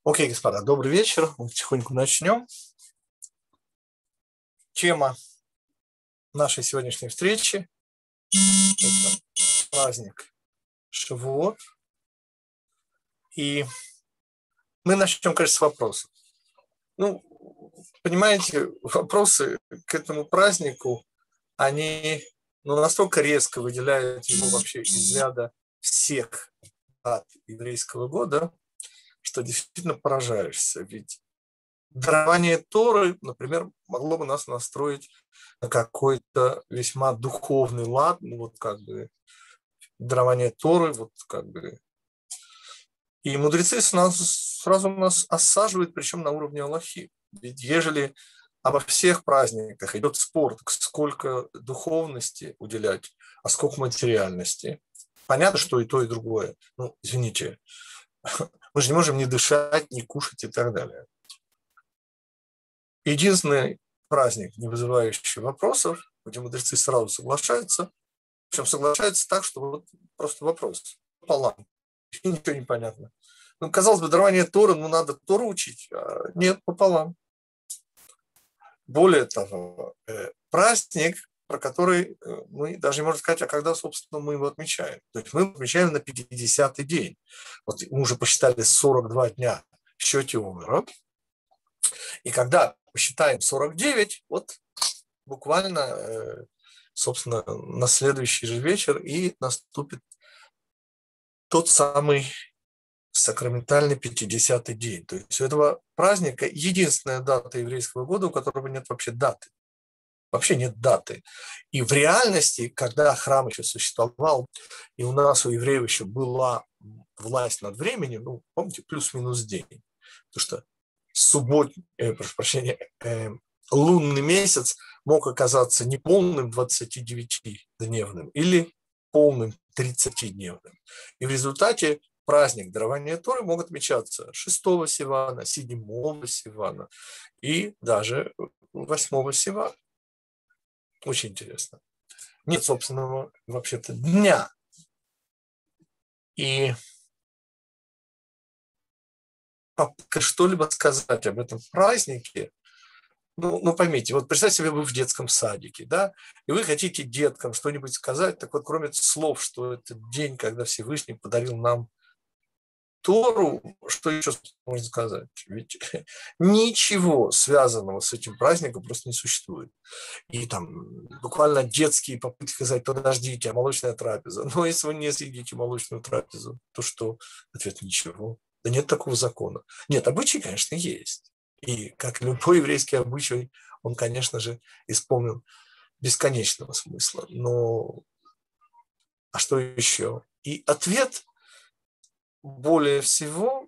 Окей, господа, добрый вечер. Мы потихоньку начнем. Тема нашей сегодняшней встречи – это праздник Шавуот. И мы начнем, конечно, с вопросов. Понимаете, вопросы к этому празднику, они настолько резко выделяют его вообще из ряда всех дат еврейского года, что действительно поражаешься. Ведь дарование Торы, например, могло бы нас настроить на какой-то весьма духовный лад, дарование Торы, И мудрецы сразу нас осаживают, причем на уровне Аллахи. Ведь ежели обо всех праздниках идет спор, сколько духовности уделять, а сколько материальности, понятно, что и то, и другое. Извините, мы же не можем ни дышать, ни кушать и так далее. Единственный праздник, не вызывающий вопросов, где мудрецы сразу соглашаются, причем соглашаются так, что просто вопрос пополам, и ничего не понятно. Казалось бы, дарование Торы, надо Тору учить, а нет, пополам. Более того, праздник, про который мы даже не можем сказать, а когда, собственно, мы его отмечаем. То есть мы отмечаем на 50-й день. Вот мы уже посчитали 42 дня в счете умера. И когда посчитаем 49, буквально, собственно, на следующий же вечер и наступит тот самый сакраментальный 50-й день. То есть у этого праздника единственная дата еврейского года, у которого нет вообще даты. Вообще нет даты. И в реальности, когда храм еще существовал, и у нас, у евреев еще была власть над временем, помните, плюс-минус день. Потому что лунный месяц мог оказаться неполным 29-дневным или полным 30-дневным. И в результате праздник дарования Торы мог отмечаться 6-го Сивана, 7-го Сивана и даже 8-го Сивана. Очень интересно. Нет собственного вообще-то дня. И попытка что-либо сказать об этом празднике, поймите, представьте себе, вы в детском садике, да, и вы хотите деткам что-нибудь сказать, так кроме слов, что это день, когда Всевышний подарил нам Тору, что еще можно сказать? Ведь ничего связанного с этим праздником просто не существует. И буквально детские попытки сказать: подождите, а молочная трапеза? Если вы не съедите молочную трапезу, то что? Ответ: ничего. Да нет такого закона. Нет, обычаи, конечно, есть. И как любой еврейский обычай, он, конечно же, исполнен бесконечного смысла. Но а что еще? И ответ более всего,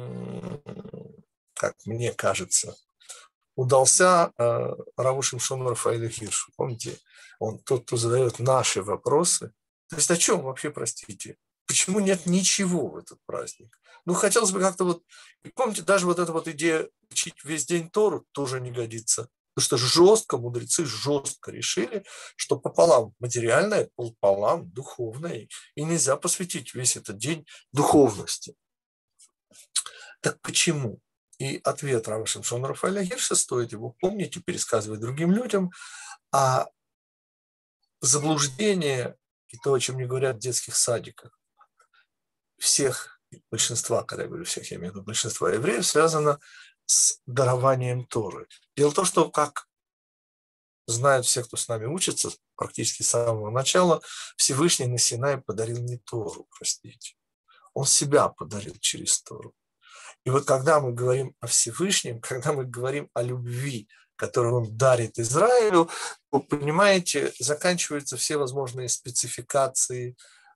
как мне кажется, удался Раву Шимшону Рафаэлю Хиршу. Помните, он тот, кто задает наши вопросы. То есть о чем вообще, простите? Почему нет ничего в этот праздник? Хотелось бы как-то помните, даже эта идея учить весь день Тору тоже не годится. Потому что мудрецы жестко решили, что пополам материальное, пополам духовное. И нельзя посвятить весь этот день духовности. Так почему? И ответ Рава Шимшона Рафаэля Хирша, стоит его помнить и пересказывать другим людям, а заблуждение и то, о чем мне говорят в детских садиках, большинства, когда я говорю всех, я имею в виду большинства евреев, связано с дарованием Торы. Дело в том, что, как знают все, кто с нами учится, практически с самого начала, Всевышний на Синае подарил не Тору, простите. Он себя подарил через Тору. И когда мы говорим о Всевышнем, когда мы говорим о любви, которую он дарит Израилю, вы понимаете, заканчиваются все возможные спецификации,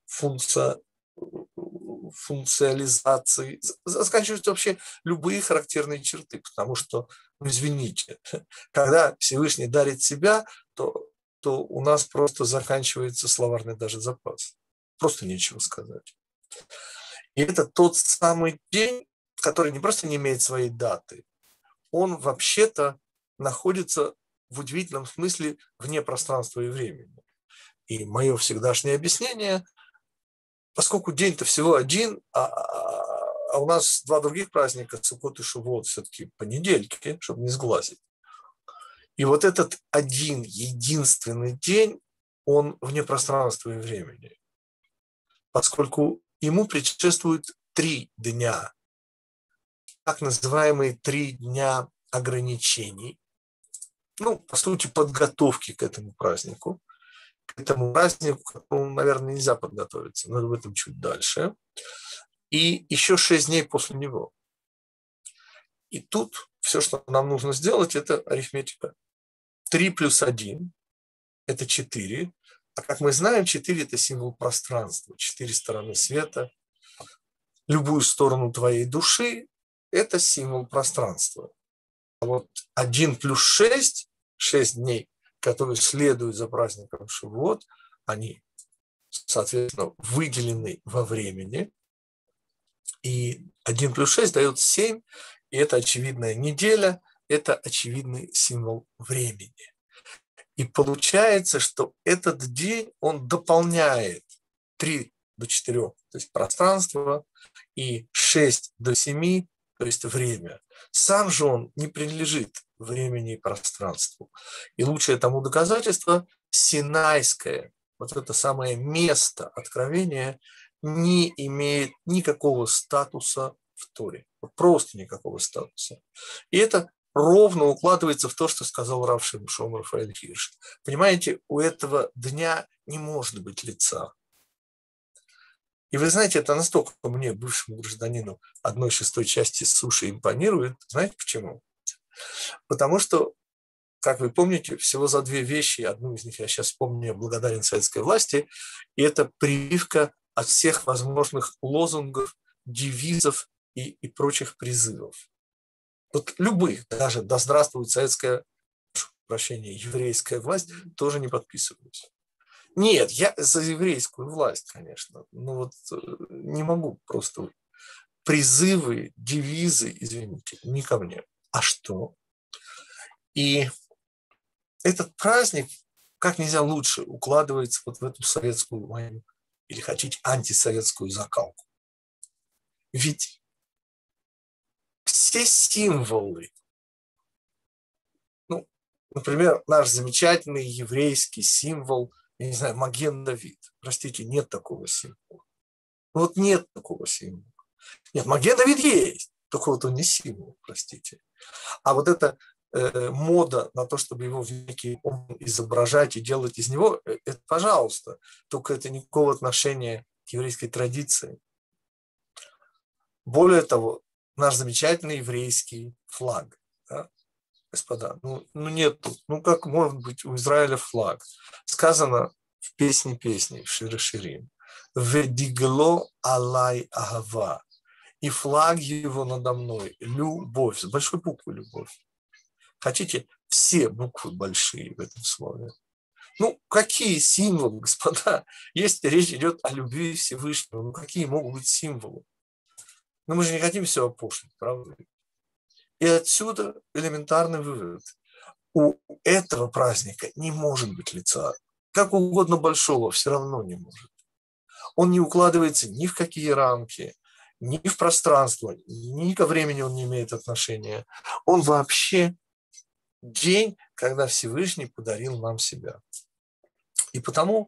функционализации, заканчиваются вообще любые характерные черты, потому что, извините, когда Всевышний дарит себя, то у нас просто заканчивается словарный даже запас. Просто нечего сказать. И это тот самый день, который не просто не имеет своей даты, он вообще-то находится в удивительном смысле вне пространства и времени. И мое всегдашнее объяснение, поскольку день-то всего один, а А у нас два других праздника, Суккот и Шавуот, все-таки понедельники, чтобы не сглазить. И вот этот один, единственный день, он вне пространства и времени, поскольку ему предшествуют 3 дня, так называемые 3 дня ограничений, ну, по сути, подготовки к этому празднику. К этому празднику, наверное, нельзя подготовиться, но об этом чуть дальше. И еще 6 дней после него. И тут все, что нам нужно сделать, это арифметика. 3 плюс 1 – это 4. А как мы знаем, 4 – это символ пространства. 4 стороны света. Любую сторону твоей души – это символ пространства. А вот 1 плюс 6 – 6 дней, которые следуют за праздником Шавуот, они, соответственно, выделены во времени. И 1 плюс 6 дает 7, и это очевидная неделя, это очевидный символ времени. И получается, что этот день, он дополняет 3 до 4, то есть пространство, и 6 до 7, то есть время. Сам же он не принадлежит времени и пространству. И лучшее тому доказательство – Синайское, вот это самое место откровения, не имеет никакого статуса в Торе. Просто никакого статуса. И это ровно укладывается в то, что сказал рав Шимшон Рафаэль Хирш. Понимаете, у этого дня не может быть лица. И вы знаете, это настолько мне, бывшему гражданину 1/6 части суши, импонирует. Знаете почему? Потому что, как вы помните, всего за 2 вещи, одну из них я сейчас помню, я благодарен советской власти, и это прививка от всех возможных лозунгов, девизов и прочих призывов. Вот любых, даже «Да здравствует советская, прощение, еврейская власть», тоже не подписываюсь. Нет, я за еврейскую власть, конечно, но вот не могу просто призывы, девизы, извините, не ко мне. А что? И этот праздник как нельзя лучше укладывается вот в эту советскую войну, или хотите антисоветскую закалку. Ведь все символы, ну, например, наш замечательный еврейский символ, я не знаю, Маген-Давид. Простите, нет такого символа. Вот нет такого символа. Нет, Маген-Давид есть, только вот он не символ, простите. А вот эта мода на то, чтобы его в некий образ изображать и делать из него, это, пожалуйста, только это никакого отношения к еврейской традиции. Более того, наш замечательный еврейский флаг, да, господа, ну нет, ну как может быть у Израиля флаг? Сказано в песне песни, в Шире Ширим, «Ведигло алай агава», и флаг его надо мной, любовь, с большой буквы любовь. Хотите, все буквы большие в этом слове. Ну, какие символы, господа, если речь идет о любви Всевышнего, ну какие могут быть символы? Но мы же не хотим все опошлить, правда? И отсюда элементарный вывод. У этого праздника не может быть лица. Как угодно большого, все равно не может. Он не укладывается ни в какие рамки, ни в пространство, ни ко времени он не имеет отношения. Он вообще день, когда Всевышний подарил нам себя. И потому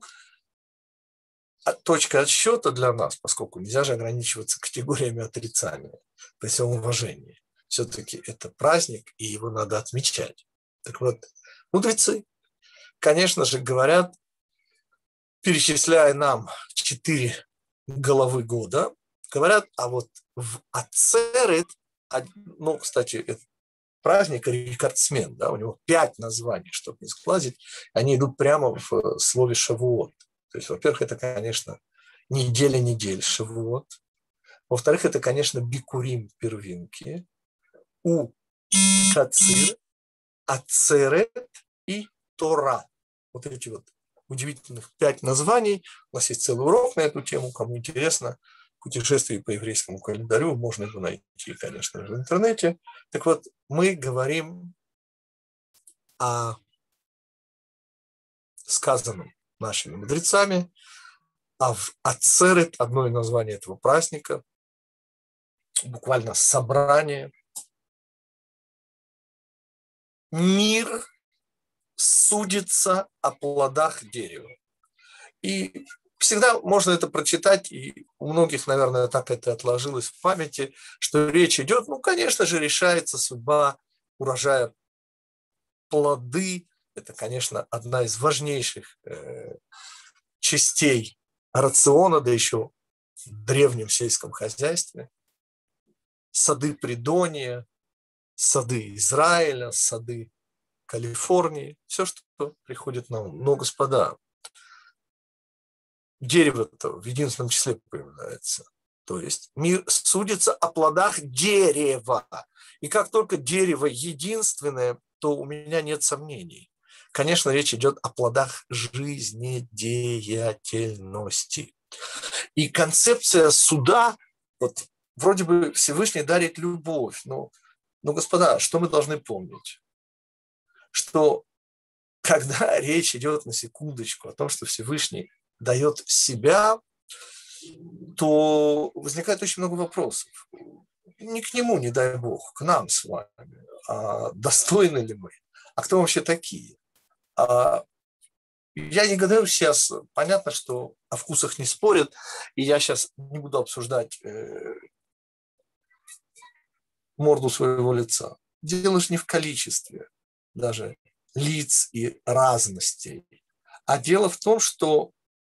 точка отсчета для нас, поскольку нельзя же ограничиваться категориями отрицания, при всем уважении, все-таки это праздник, и его надо отмечать. Так вот, мудрецы, конечно же, говорят, перечисляя нам 4 головы года, говорят, а вот в Ацерет, ну, кстати, это праздник рекордсмен, да, у него 5 названий, чтобы не сглазить, они идут прямо в слове Шавуот. То есть, во-первых, это, конечно, неделя недель Шавуот. Во-вторых, это, конечно, Бикурим первинки, У Кацир, Ацерет и Тора. Вот эти вот удивительных 5 названий. У нас есть целый урок на эту тему, кому интересно. Путешествие по еврейскому календарю можно его найти, конечно, в интернете. Так вот, мы говорим о сказанном нашими мудрецами, а в Ацерет, одно из названий этого праздника, буквально собрание. Мир судится о плодах дерева. И всегда можно это прочитать, и у многих, наверное, так это отложилось в памяти, что речь идет, ну, конечно же, решается судьба урожая. Плоды – это, конечно, одна из важнейших частей рациона, да еще в древнем сельском хозяйстве. Сады Придония, сады Израиля, сады Калифорнии, все, что приходит на ум. Но, господа, дерево-то в единственном числе появляется. То есть мир судится о плодах дерева. И как только дерево единственное, то у меня нет сомнений. Конечно, речь идет о плодах жизнедеятельности. И концепция суда, вот вроде бы Всевышний дарит любовь, но господа, что мы должны помнить? Что когда речь идет на секундочку о том, что Всевышний дает себя, то возникает очень много вопросов. Не к нему, не дай бог, к нам с вами. А достойны ли мы? А кто вообще такие? Я не гадаю сейчас. Понятно, что о вкусах не спорят, и я сейчас не буду обсуждать морду своего лица. Дело же не в количестве даже лиц и разностей, а дело в том, что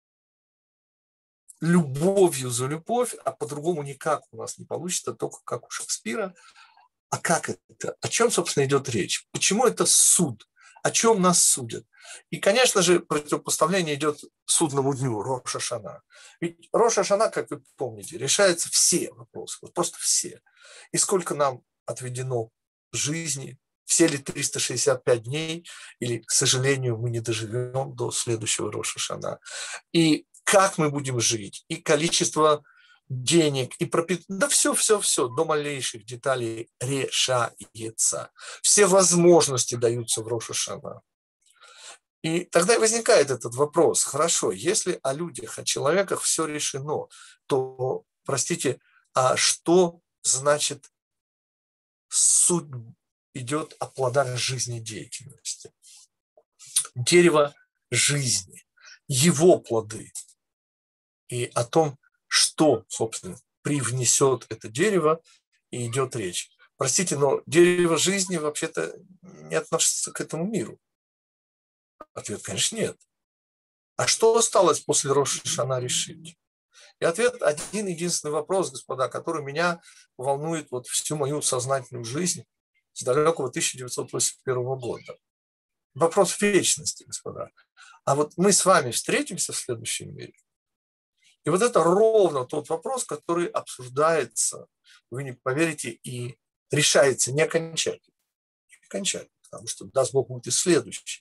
любовью за любовь, а по-другому никак у нас не получится, только как у Шекспира. А как это? О чем, собственно, идет речь? Почему это суд? О чем нас судят? И, конечно же, противопоставление идет судному дню, Рош ха-Шана. Ведь Рош ха-Шана, как вы помните, решается все вопросы, вот просто все. И сколько нам отведено жизни, все ли 365 дней, или, к сожалению, мы не доживем до следующего Рош ха-Шана. И как мы будем жить, и количество денег, и да все, до малейших деталей решается. Все возможности даются в Рош ха-Шана. И тогда и возникает этот вопрос. Хорошо, если о людях, о человеках все решено, то, простите, а что значит суд идет о плодах жизнедеятельности? Дерево жизни, его плоды. И о том, что, собственно, привнесет это дерево, и идет речь. Простите, но дерево жизни вообще-то не относится к этому миру. Ответ, конечно, нет. А что осталось после Рош ха-Шана решить? И ответ один единственный вопрос, господа, который меня волнует вот всю мою сознательную жизнь с далекого 1981 года. Вопрос вечности, господа. А вот мы с вами встретимся в следующем мире? И вот это ровно тот вопрос, который обсуждается, вы не поверите, и решается не окончательно. Не окончательно, потому что, даст Бог, будет и следующий.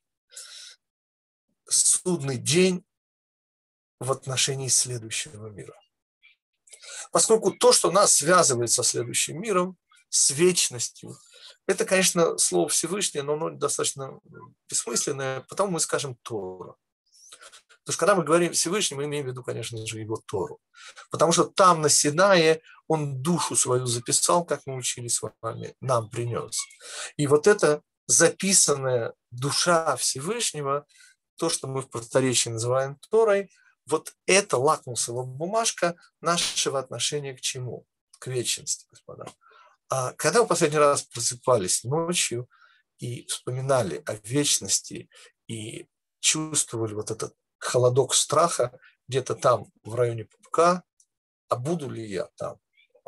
Судный день в отношении следующего мира. Поскольку то, что нас связывает со следующим миром, с вечностью, это, конечно, слово Всевышнее, но оно достаточно бессмысленное, потому мы скажем Тора. Потому что когда мы говорим Всевышний, мы имеем в виду, конечно же, его Тору. Потому что там на Синае он душу свою записал, как мы учили с вами, нам принес. И вот эта записанная душа Всевышнего, то, что мы в просторечии называем Торой, вот это лакмусовая бумажка нашего отношения к чему? К вечности, господа. А когда вы последний раз просыпались ночью и вспоминали о вечности и чувствовали вот этот холодок страха где-то там в районе пупка, а буду ли я там,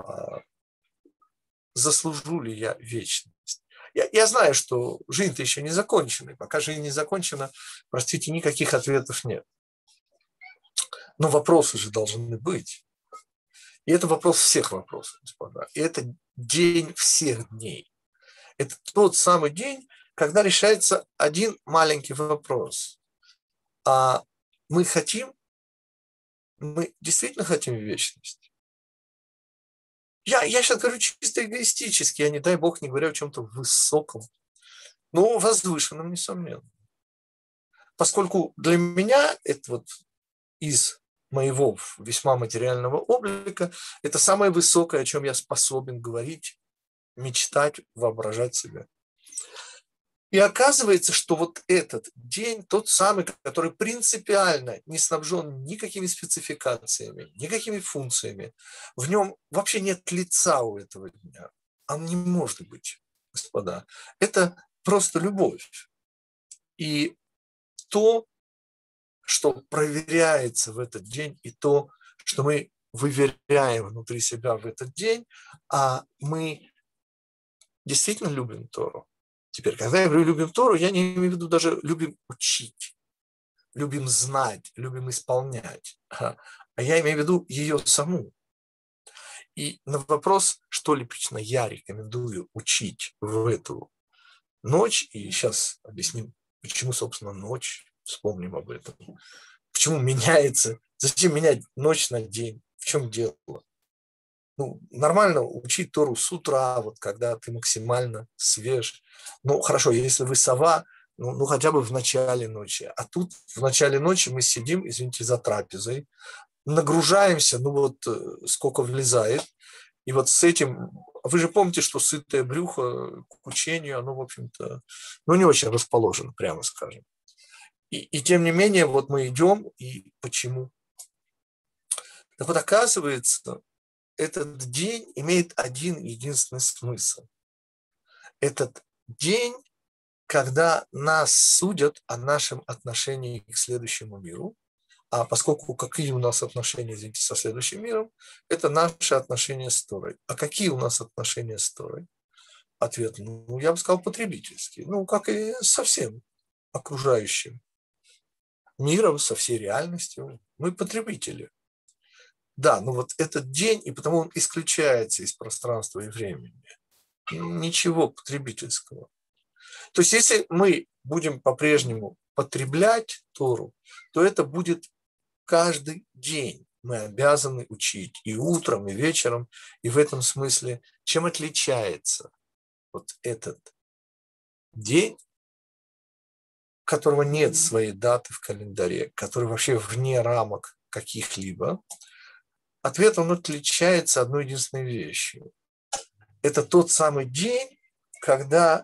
заслужу ли я вечность? Я знаю, что жизнь-то еще не закончена, и пока жизнь не закончена, простите, никаких ответов нет. Но вопросы же должны быть. И это вопрос всех вопросов, господа. И это день всех дней. Это тот самый день, когда решается один маленький вопрос. А мы действительно хотим вечность? Я сейчас говорю чисто эгоистически, я, не дай бог, не говорю о чем-то высоком, но возвышенном, несомненно. Поскольку для меня это вот из моего весьма материального облика, это самое высокое, о чем я способен говорить, мечтать, воображать себя. И оказывается, что вот этот день, тот самый, который принципиально не снабжен никакими спецификациями, никакими функциями, в нем вообще нет лица у этого дня. Он не может быть, господа. Это просто любовь. И то, что проверяется в этот день, и то, что мы выверяем внутри себя в этот день, а мы действительно любим Тору. Теперь, когда я говорю любим Тору, я не имею в виду даже любим учить, любим знать, любим исполнять, а я имею в виду ее саму. И на вопрос, что лично я рекомендую учить в эту ночь, и сейчас объясним, почему, собственно, ночь, вспомним об этом, почему меняется, зачем менять ночь на день, в чем дело. Ну, нормально учить Тору с утра, вот когда ты максимально свеж. Ну, хорошо, если вы сова, ну хотя бы в начале ночи. А тут в начале ночи мы сидим, извините, за трапезой, нагружаемся, ну вот сколько влезает. И вот с этим, вы же помните, что сытое брюхо к учению, оно, в общем-то, ну, не очень расположено, прямо скажем. И тем не менее, вот мы идем, и почему? Так вот, оказывается, этот день имеет один единственный смысл. Этот день, когда нас судят о нашем отношении к следующему миру, а поскольку какие у нас отношения, извините, со следующим миром, это наши отношения с Торой. А какие у нас отношения с Торой? Ответ, ну, я бы сказал, потребительский. Ну, как и со всем окружающим миром, со всей реальностью. Мы потребители. Да, но вот этот день, и потому он исключается из пространства и времени. Ничего потребительского. То есть, если мы будем по-прежнему потреблять Тору, то это будет каждый день. Мы обязаны учить и утром, и вечером. И в этом смысле, чем отличается вот этот день, которого нет своей даты в календаре, который вообще вне рамок каких-либо, ответ он отличается одной единственной вещью. Это тот самый день, когда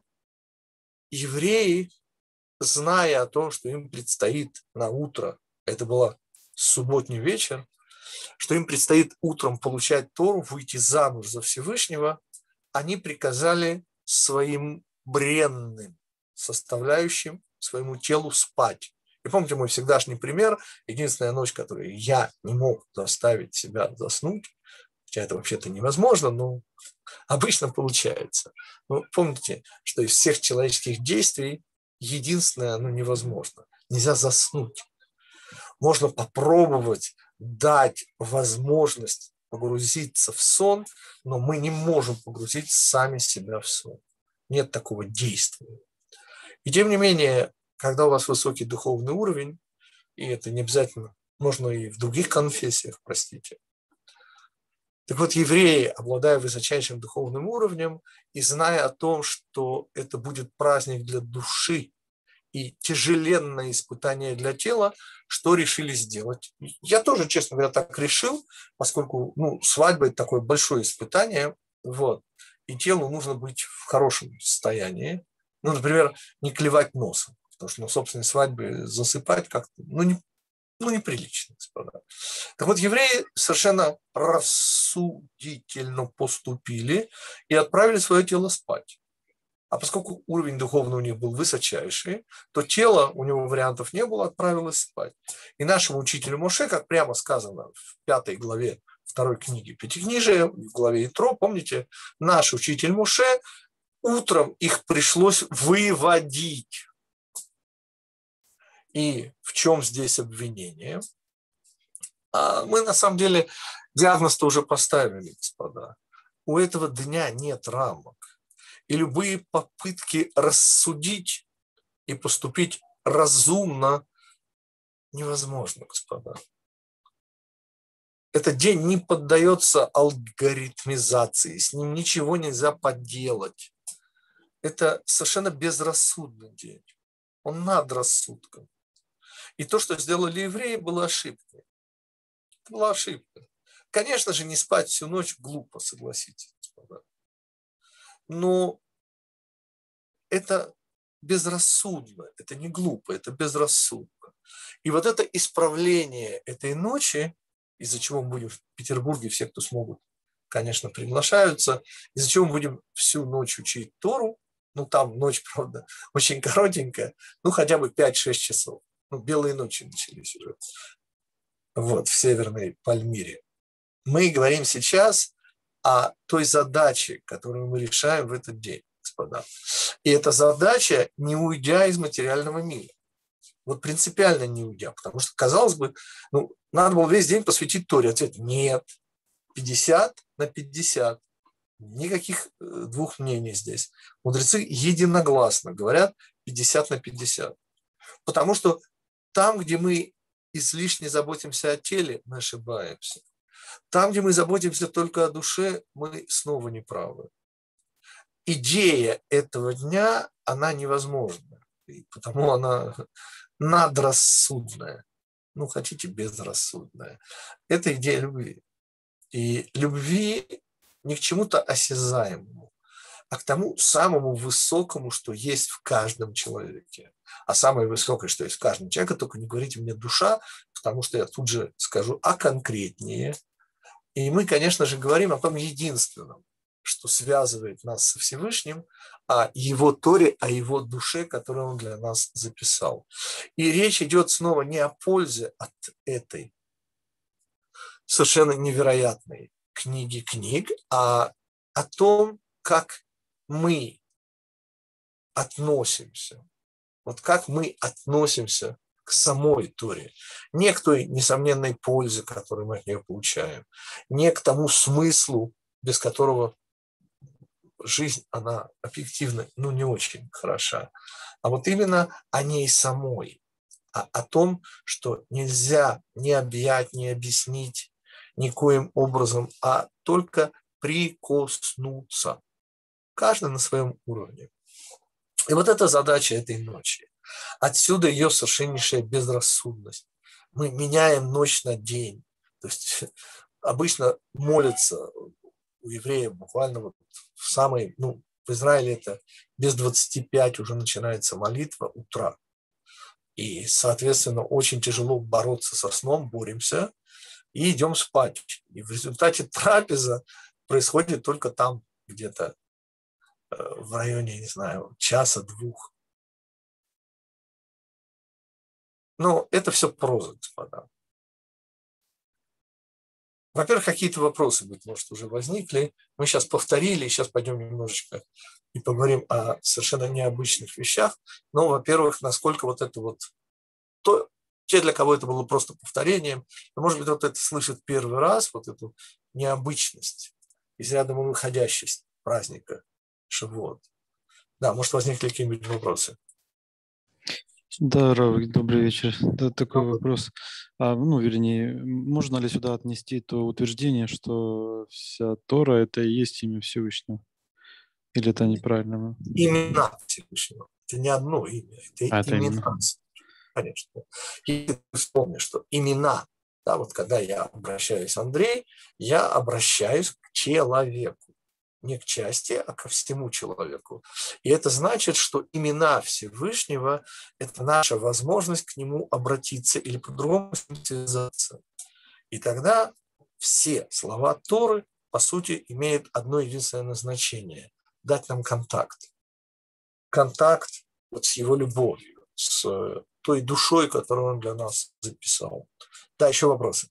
евреи, зная о том, что им предстоит на утро, это было субботний вечер, что им предстоит утром получать Тору, выйти замуж за Всевышнего, они приказали своим бренным составляющим, своему телу спать. И помните мой всегдашний пример, единственная ночь, которую я не мог заставить себя заснуть, хотя это вообще-то невозможно, но обычно получается. Ну, помните, что из всех человеческих действий единственное, оно невозможно. Нельзя заснуть. Можно попробовать дать возможность погрузиться в сон, но мы не можем погрузить сами себя в сон. Нет такого действия. И тем не менее, когда у вас высокий духовный уровень, и это не обязательно, можно и в других конфессиях, простите. Так вот, евреи, обладая высочайшим духовным уровнем и зная о том, что это будет праздник для души и тяжеленное испытание для тела, что решили сделать? Я тоже, честно говоря, так решил, поскольку свадьба – это такое большое испытание, вот, и телу нужно быть в хорошем состоянии. Ну, например, не клевать носом, потому что на собственной свадьбе засыпать как-то, неприлично, господа. Так вот, евреи совершенно рассудительно поступили и отправили свое тело спать. А поскольку уровень духовный у них был высочайший, то тело, у него вариантов не было, отправилось спать. И нашему учителю Моше, как прямо сказано в 5 главе 2 книги Пятикнижия, в главе Итро, помните, наш учитель Моше, утром их пришлось выводить. И в чем здесь обвинение? Мы на самом деле диагноз-то уже поставили, господа. У этого дня нет рамок. И любые попытки рассудить и поступить разумно невозможно, господа. Этот день не поддается алгоритмизации, с ним ничего нельзя поделать. Это совершенно безрассудный день. Он над рассудком. И то, что сделали евреи, было ошибкой. Это была ошибка. Конечно же, не спать всю ночь глупо, согласитесь, господа. Но это безрассудно, это не глупо, это безрассудно. И вот это исправление этой ночи, из-за чего мы будем в Петербурге, все, кто смогут, конечно, приглашаются, из-за чего мы будем всю ночь учить Тору, ну там ночь, правда, очень коротенькая, ну хотя бы 5-6 часов. Ну, белые ночи начались уже вот, в Северной Пальмире. Мы говорим сейчас о той задаче, которую мы решаем в этот день, господа. И эта задача не уйдя из материального мира. Вот принципиально не уйдя, потому что, казалось бы, ну, надо было весь день посвятить Торе. Ответ – нет. 50/50. Никаких двух мнений здесь. Мудрецы единогласно говорят 50/50. Потому что там, где мы излишне заботимся о теле, мы ошибаемся. Там, где мы заботимся только о душе, мы снова неправы. Идея этого дня, она невозможна. И потому она надрассудная. Ну, хотите, безрассудная. Это идея любви. И любви не к чему-то осязаемому, а к тому самому высокому, что есть в каждом человеке. А самое высокое, что есть в каждом человеке, только не говорите мне душа, потому что я тут же скажу, а конкретнее. И мы, конечно же, говорим о том единственном, что связывает нас со Всевышним, о его Торе, о его душе, которую он для нас записал. И речь идет снова не о пользе от этой совершенно невероятной книги книг, а о том, как мы относимся. Вот как мы относимся к самой Торе. Не к той несомненной пользе, которую мы от нее получаем, не к тому смыслу, без которого жизнь, она объективно, ну, не очень хороша, а вот именно о ней самой, о том, что нельзя ни объять, ни объяснить никоим образом, а только прикоснуться. Каждый на своем уровне. И вот это задача этой ночи. Отсюда ее совершеннейшая безрассудность. Мы меняем ночь на день. То есть обычно молятся у евреев буквально вот в самой, ну, в Израиле это без 25 уже начинается молитва утра. И, соответственно, очень тяжело бороться со сном, боремся и идем спать. И в результате трапеза происходит только там где-то в районе, не знаю, часа-двух. Но это все проза, господа. Во-первых, какие-то вопросы, быть может, уже возникли. Мы сейчас повторили, сейчас пойдем немножечко и поговорим о совершенно необычных вещах. Но, во-первых, насколько вот это вот то, те, для кого это было просто повторением, но, может быть, вот это слышит первый раз, вот эту необычность из ряда выходящесть праздника Шавуот. Да, может, возникли какие-нибудь вопросы. Да, Рав, добрый вечер. Да, такой вопрос. Ну, вернее, можно ли сюда отнести то утверждение, что вся Тора – это и есть имя Всевышнего? Или это неправильно? Имена Всевышнего. Это не одно имя, это имена. Конечно. И ты вспомнишь, что имена, да, вот когда я обращаюсь, Андрей, я обращаюсь к человеку. Не к части, а ко всему человеку. И это значит, что имена Всевышнего – это наша возможность к нему обратиться или по-другому связаться. И тогда все слова Торы, по сути, имеют одно единственное назначение – дать нам контакт. Контакт вот с его любовью, с той душой, которую он для нас записал. Да, еще вопросы?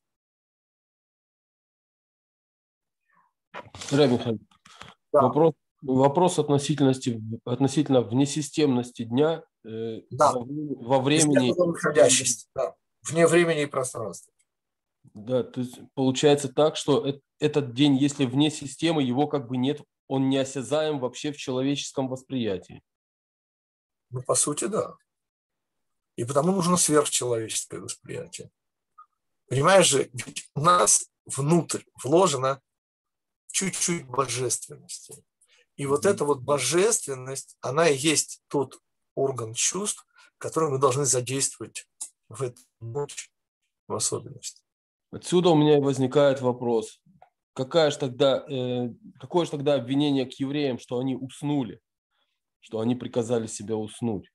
Рав Михаил, да. Вопрос относительно внесистемности дня да. во времени. Да. Вне времени и пространства. Да, то есть получается так, что этот день, если вне системы, его как бы нет, он не осязаем вообще в человеческом восприятии. Ну, по сути, да. И потому нужно сверхчеловеческое восприятие. Понимаешь же, ведь у нас внутрь вложено чуть-чуть божественности. И вот эта вот божественность, она и есть тот орган чувств, который мы должны задействовать в эту ночь в особенности. Отсюда у меня и возникает вопрос. Какое же тогда обвинение к евреям, что они уснули, что они приказали себя уснуть?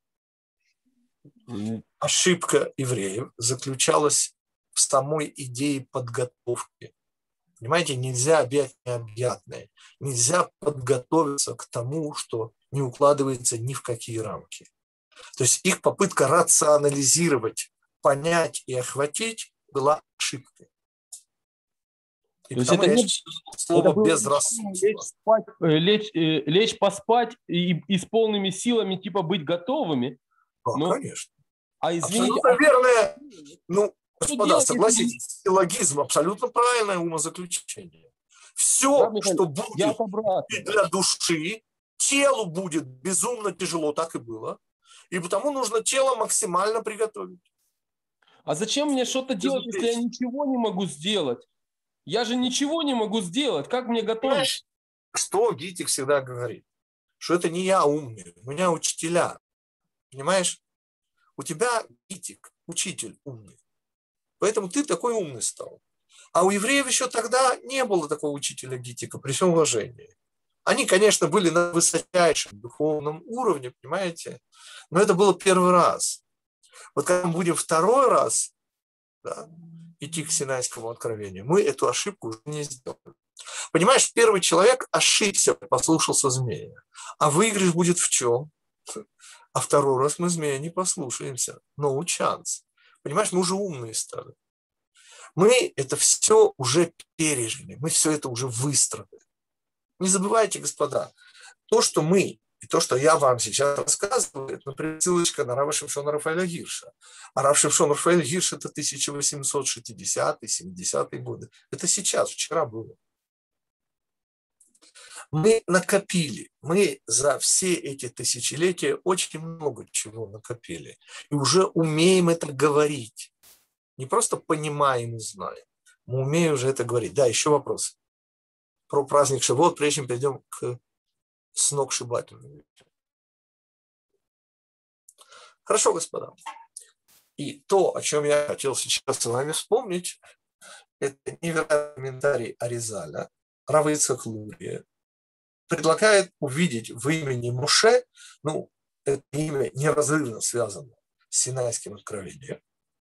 Ошибка евреев заключалась в самой идее подготовки. Понимаете, нельзя объять необъятное. Нельзя подготовиться к тому, что не укладывается ни в какие рамки. То есть их попытка рационализировать, понять и охватить была ошибкой. И То есть потому это я не слово было безрассудство. лечь поспать и с полными силами типа быть готовыми. Да, Но, конечно. извините, Абсолютно верное. Ну, что господа, делать, согласитесь, силлогизм абсолютно правильное умозаключение. Все, Михаил, что я будет от обратного. для души, телу будет безумно тяжело, так и было. И потому нужно тело максимально приготовить. А зачем мне что-то делать, если я ничего не могу сделать? Я же ничего не могу сделать. Как мне готовить? Понимаешь, что Гитик всегда говорит? Что это не я умный, у меня учителя. Понимаешь? У тебя Гитик, учитель умный. Поэтому ты такой умный стал. А у евреев еще тогда не было такого учителя Гитика, при всем уважении. Они, конечно, были на высочайшем духовном уровне, понимаете? Но это было первый раз. Вот когда мы будем второй раз, да, идти к Синайскому откровению, мы эту ошибку уже не сделаем. Понимаешь, первый человек ошибся, послушался змея. А выигрыш будет в чем? А второй раз мы змея не послушаемся. No chance. Понимаешь, мы уже умные стали. Мы это все уже пережили, мы все это уже выстроили. Не забывайте, господа, то, что мы и то, что я вам сейчас рассказываю, это, например, ссылочка на Рава Шимшона Рафаэля Гирша. А Рав Шимшон Рафаэль Гирш – это 1860-70-е годы. Это сейчас, вчера было. Мы накопили, мы за все эти тысячелетия очень много чего накопили. И уже умеем это говорить. Не просто понимаем и знаем. Мы умеем уже это говорить. Да, еще вопрос. Про праздник Шивот, прежде чем перейдем к сногсшибательному. Хорошо, господа. И то, о чем я хотел сейчас с вами вспомнить, это невероятный комментарий Аризаля, Рава Ицхак Лурия, предлагает увидеть в имени Моше, ну, это имя неразрывно связано с Синайским откровением,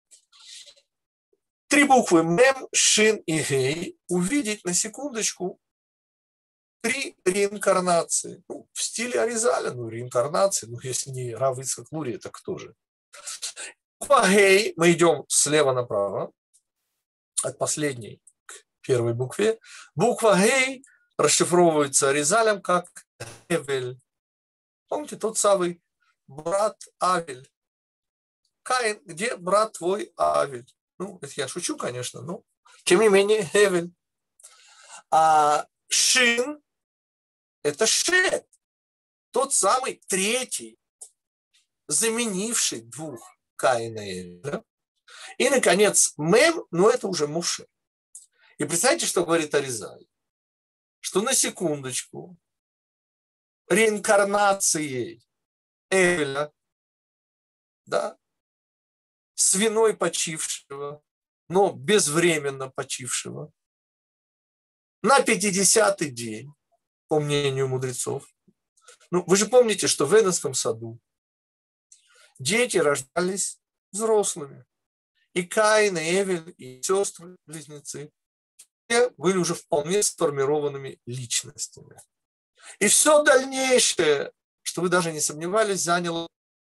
3 буквы Мем, Шин и Гей, увидеть на секундочку 3 реинкарнации. Ну, в стиле Аризаля, ну, реинкарнации, ну, если не Рав Ицхак Лурия, так кто же? Буква Гей, мы идем слева направо, от последней к первой букве. Буква Гей расшифровывается Аризалем как Эвель. Помните, тот самый брат Авель. Каин, где брат твой Авель? Ну, это я шучу, конечно, но тем не менее Эвель. А Шин – это Шет, тот самый третий, заменивший 2 Каина и Эвеля. И, наконец, Мем, но это уже Моше. И представьте, что говорит Аризаль. Что на секундочку реинкарнацией Эвеля, да, свиной почившего, но безвременно почившего, на 50-й день, по мнению мудрецов. Ну, вы же помните, что в Эденском саду дети рождались взрослыми. И Каин, и Эвель, и сестры-близнецы все были уже вполне сформированными личностями. И все дальнейшее, что вы даже не сомневались, заняло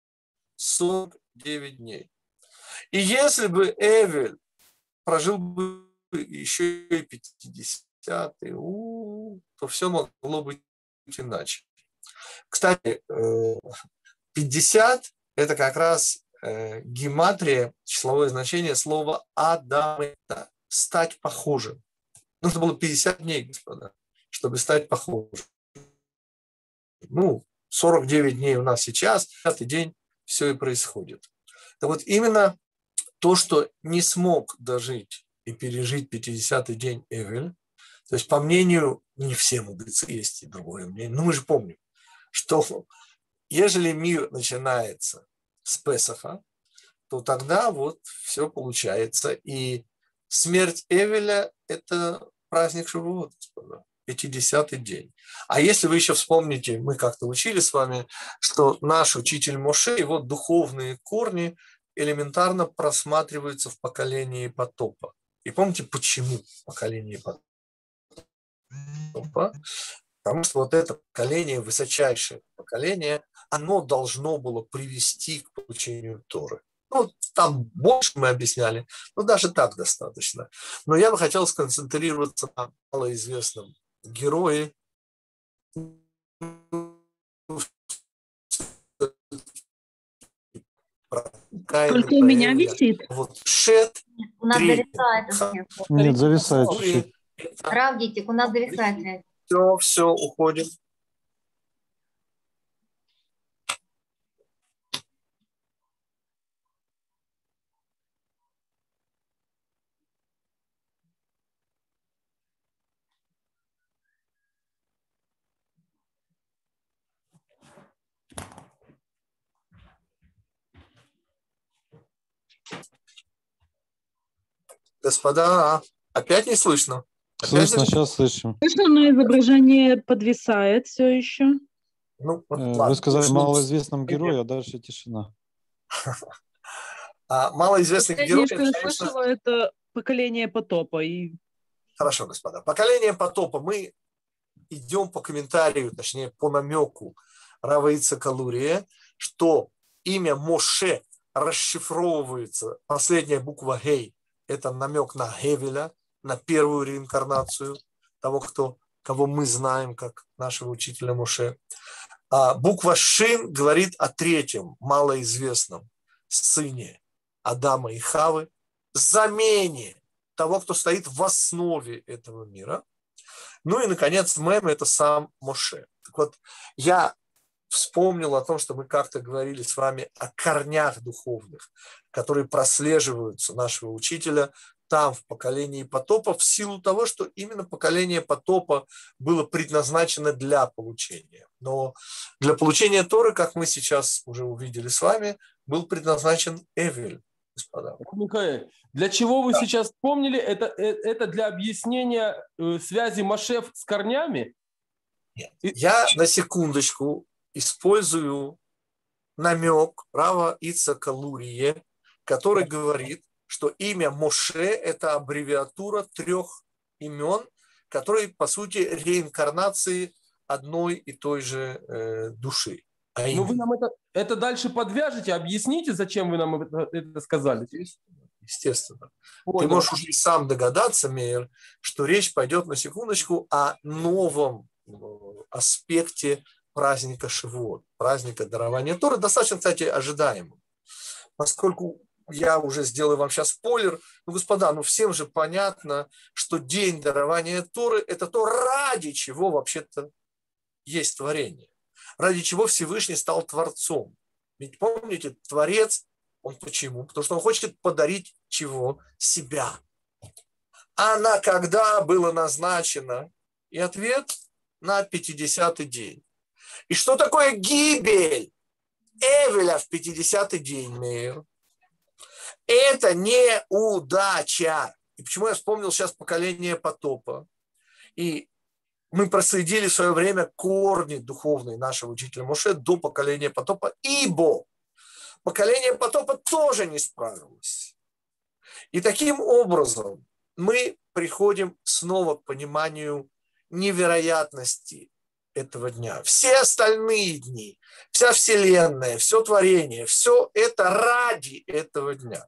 49 дней. И если бы Эвель прожил бы еще и 50-й, то все могло быть иначе. Кстати, 50 – это как раз гематрия, числовое значение слова «адамета» – стать похожим. Нужно было 50 дней, господа, чтобы стать похожим. Ну, 49 дней у нас сейчас, 5-й день все и происходит. Так вот именно то, что не смог дожить и пережить 50-й день Эвель, то есть по мнению, не все мудрецы, есть и другое мнение, но мы же помним, что ежели мир начинается с Песаха, то тогда вот все получается. И Смерть Эвеля – это праздник Шавуот, господа, 50-й день. А если вы еще вспомните, мы как-то учили с вами, что наш учитель Моше, его духовные корни элементарно просматриваются в поколении потопа. И помните, почему в поколении потопа? Потому что вот это поколение, высочайшее поколение, оно должно было привести к получению Торы. Ну, там больше мы объясняли, но даже так достаточно. Но я бы хотел сконцентрироваться на малоизвестном герое. Только у меня висит. Вот Шет. У нас зависает. Нет, зависает чуть-чуть. Равдитик, у нас зависает. Все, уходит. Господа, опять не слышно? Слышно, сейчас слышим. Слышно, но изображение подвисает все еще. Ну, Вы сказали малоизвестном герое, а дальше тишина. Малоизвестный герой... Что я слышала, это поколение потопа. Хорошо, господа. Поколение потопа. Мы идем по комментарию, точнее, по намеку Рава Ицхака Лурия, что имя Моше расшифровывается, последняя буква Гей, это намек на Гевеля, на первую реинкарнацию того, кого мы знаем как нашего учителя Моше. А буква Шин говорит о третьем, малоизвестном сыне Адама и Хавы, замене того, кто стоит в основе этого мира. Ну и, наконец, Мем – это сам Моше. Так вот, я вспомнил о том, что мы как-то говорили с вами о корнях духовных, которые прослеживаются нашего учителя там, в поколении потопа, в силу того, что именно поколение потопа было предназначено для получения. Но для получения Торы, как мы сейчас уже увидели с вами, был предназначен Эвель, господа. Михаил, для чего вы сейчас вспомнили? Это для объяснения связи Моше с корнями? Нет. Я на секундочку использую намек Рава Ицхака Лурия, который говорит, что имя Моше – это аббревиатура 3 имен, которые, по сути, реинкарнации одной и той же души. Ну, вы нам это дальше подвяжете, объясните, зачем вы нам это сказали. Естественно. Понял. Ты можешь уже сам догадаться, Мейер, что речь пойдет на секундочку о новом аспекте праздника Шивот, праздника дарования Торы, достаточно, кстати, ожидаемым. Поскольку я уже сделаю вам сейчас спойлер, господа, всем же понятно, что день дарования Торы – это то, ради чего вообще-то есть творение, ради чего Всевышний стал Творцом. Ведь помните, Творец, он почему? Потому что он хочет подарить чего? Себя. А на когда было назначено? И ответ – на 50-й день. И что такое гибель Эвеля в 50-й день, Мейер? Это неудача. И почему я вспомнил сейчас поколение потопа? И мы проследили в свое время корни духовные нашего учителя Моше до поколения потопа, ибо поколение потопа тоже не справилось. И таким образом мы приходим снова к пониманию невероятности этого дня. Все остальные дни, вся Вселенная, все творение, все это ради этого дня.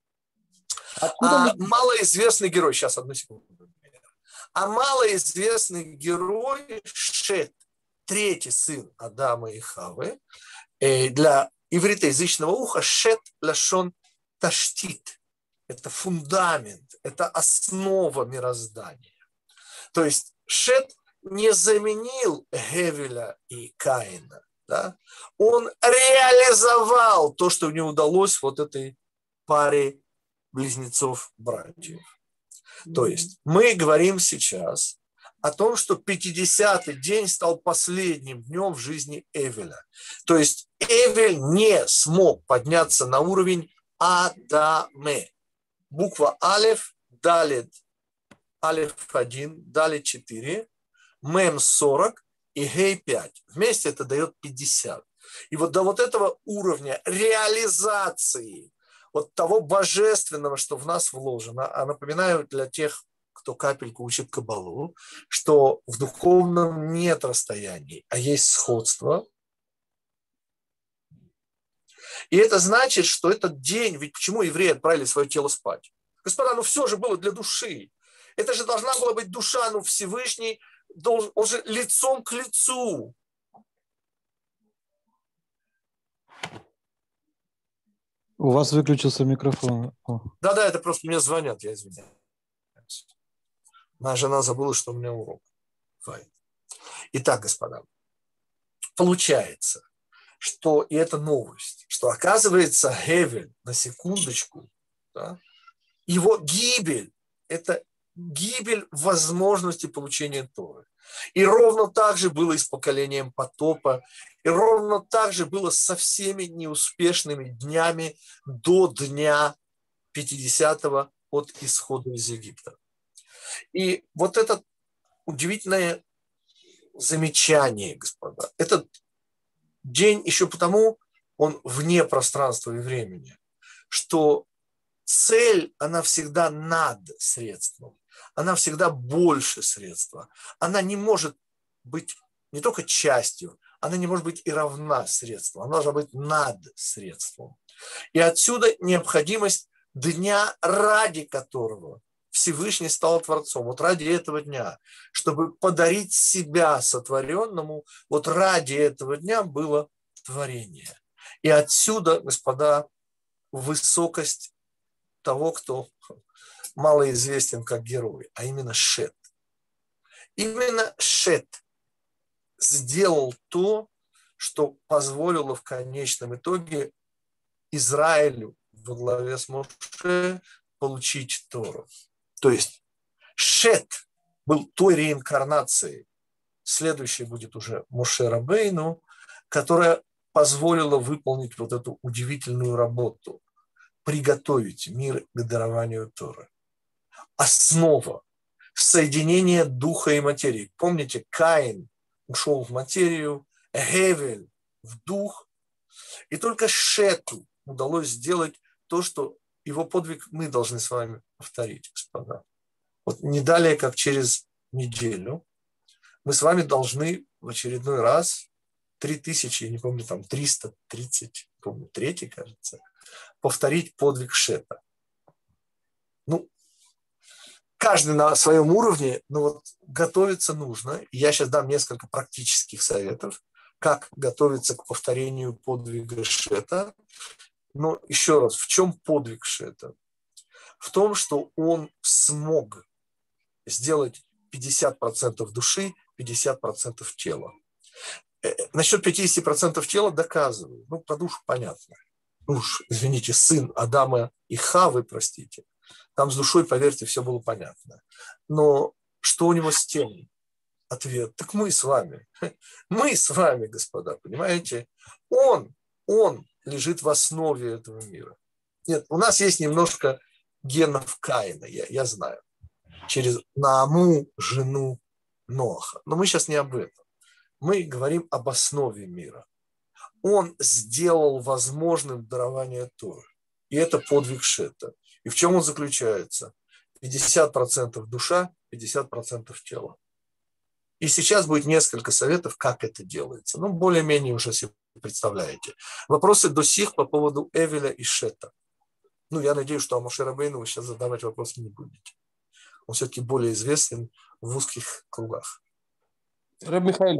Малоизвестный герой, сейчас, одну секунду. А малоизвестный герой Шет, третий сын Адама и Хавы, для ивритоязычного уха Шет лашон таштит. Это фундамент, это основа мироздания. То есть Шет не заменил Гевеля и Каина. Да? Он реализовал то, что не удалось вот этой паре близнецов-братьев. То есть мы говорим сейчас о том, что 50-й день стал последним днем в жизни Эвеля. То есть Эвель не смог подняться на уровень Адаме. Буква Алеф, далит, алиф 1, далит 4, мем 40 и гей 5. Вместе это дает 50. И вот до вот этого уровня реализации вот того божественного, что в нас вложено, а напоминаю для тех, кто капельку учит кабалу, что в духовном нет расстояний, а есть сходство. И это значит, что этот день, ведь почему евреи отправили свое тело спать? Господа, ну все же было для души. Это же должна была быть душа, ну Всевышний, он же лицом к лицу. У вас выключился микрофон. Да, это просто мне звонят, я извиняюсь. Моя жена забыла, что у меня урок. Итак, господа, получается, что, и это новость, что оказывается Гевель, на секундочку, да, его гибель – это гибель возможности получения Торы. И ровно так же было и с поколением потопа, и ровно так же было со всеми неуспешными днями до дня 50-го от исхода из Египта. И вот это удивительное замечание, господа, этот день еще потому, он вне пространства и времени, что цель, она всегда над средством, она всегда больше средства. Она не может быть не только частью, она не может быть и равна средству, она должна быть над средством. И отсюда необходимость дня, ради которого Всевышний стал Творцом, вот ради этого дня, чтобы подарить себя сотворенному, вот ради этого дня было творение. И отсюда, господа, высокость того, кто малоизвестен как герой, а именно Шет. Именно Шет сделал то, что позволило в конечном итоге Израилю во главе с Моше получить Тору. То есть Шет был той реинкарнацией, следующей будет уже Моше Рабейну, которая позволила выполнить вот эту удивительную работу, приготовить мир к дарованию Торы. Основа соединения духа и материи. Помните, Каин ушел в материю, Гевель в дух, и только Шету удалось сделать то, что его подвиг мы должны с вами повторить, господа. Вот не далее, как через неделю, мы с вами должны в очередной раз 3000, я не помню, там 330, помню, 3, кажется, повторить подвиг Шета. Ну, каждый на своем уровне, но вот готовиться нужно. Я сейчас дам несколько практических советов, как готовиться к повторению подвига Шета. Но еще раз, в чем подвиг Шета? В том, что он смог сделать 50% души, 50% тела. Насчет 50% тела доказываю. Ну, про душу понятно. Уж, извините, сын Адама и Хавы, простите. Там с душой, поверьте, все было понятно. Но что у него с телом? Ответ. Так мы с вами. Мы с вами, господа, понимаете? Он лежит в основе этого мира. Нет, у нас есть немножко генов Каина, я знаю. Через Нааму, жену Ноаха. Но мы сейчас не об этом. Мы говорим об основе мира. Он сделал возможным дарование Торы. И это подвиг Шета. И в чем он заключается? 50% душа, 50% тела. И сейчас будет несколько советов, как это делается. Ну, более-менее уже себе представляете. Вопросы до сих по поводу Эвеля и Шета. Ну, я надеюсь, что о Моше Рабейну вы сейчас задавать вопросы не будете. Он все-таки более известен в узких кругах. Раб Михаил,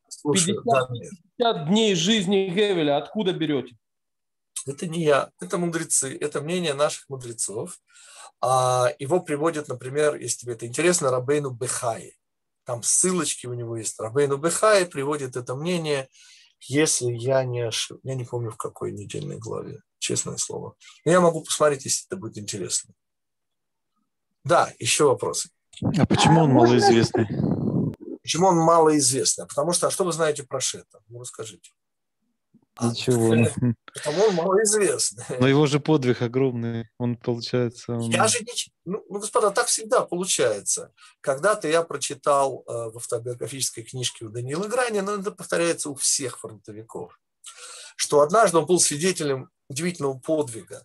50 дней жизни Гевеля откуда берете? Это не я, это мудрецы, это мнение наших мудрецов. Его приводят, например, если тебе это интересно, Рабейну Бехай. Там ссылочки у него есть. Рабейну Бехай приводит это мнение, если я не ошибаюсь. Я не помню, в какой недельной главе, честное слово. Но я могу посмотреть, если это будет интересно. Да, еще вопросы. А почему он малоизвестный? Почему он малоизвестный? Потому что, а что вы знаете про Шета? Ну, расскажите. Ничего. Потому он малоизвестный. Но его же подвиг огромный. Он, получается... Я же ну, господа, так всегда получается. Когда-то я прочитал в автобиографической книжке у Даниила Грани, но это повторяется у всех фронтовиков, что однажды он был свидетелем удивительного подвига.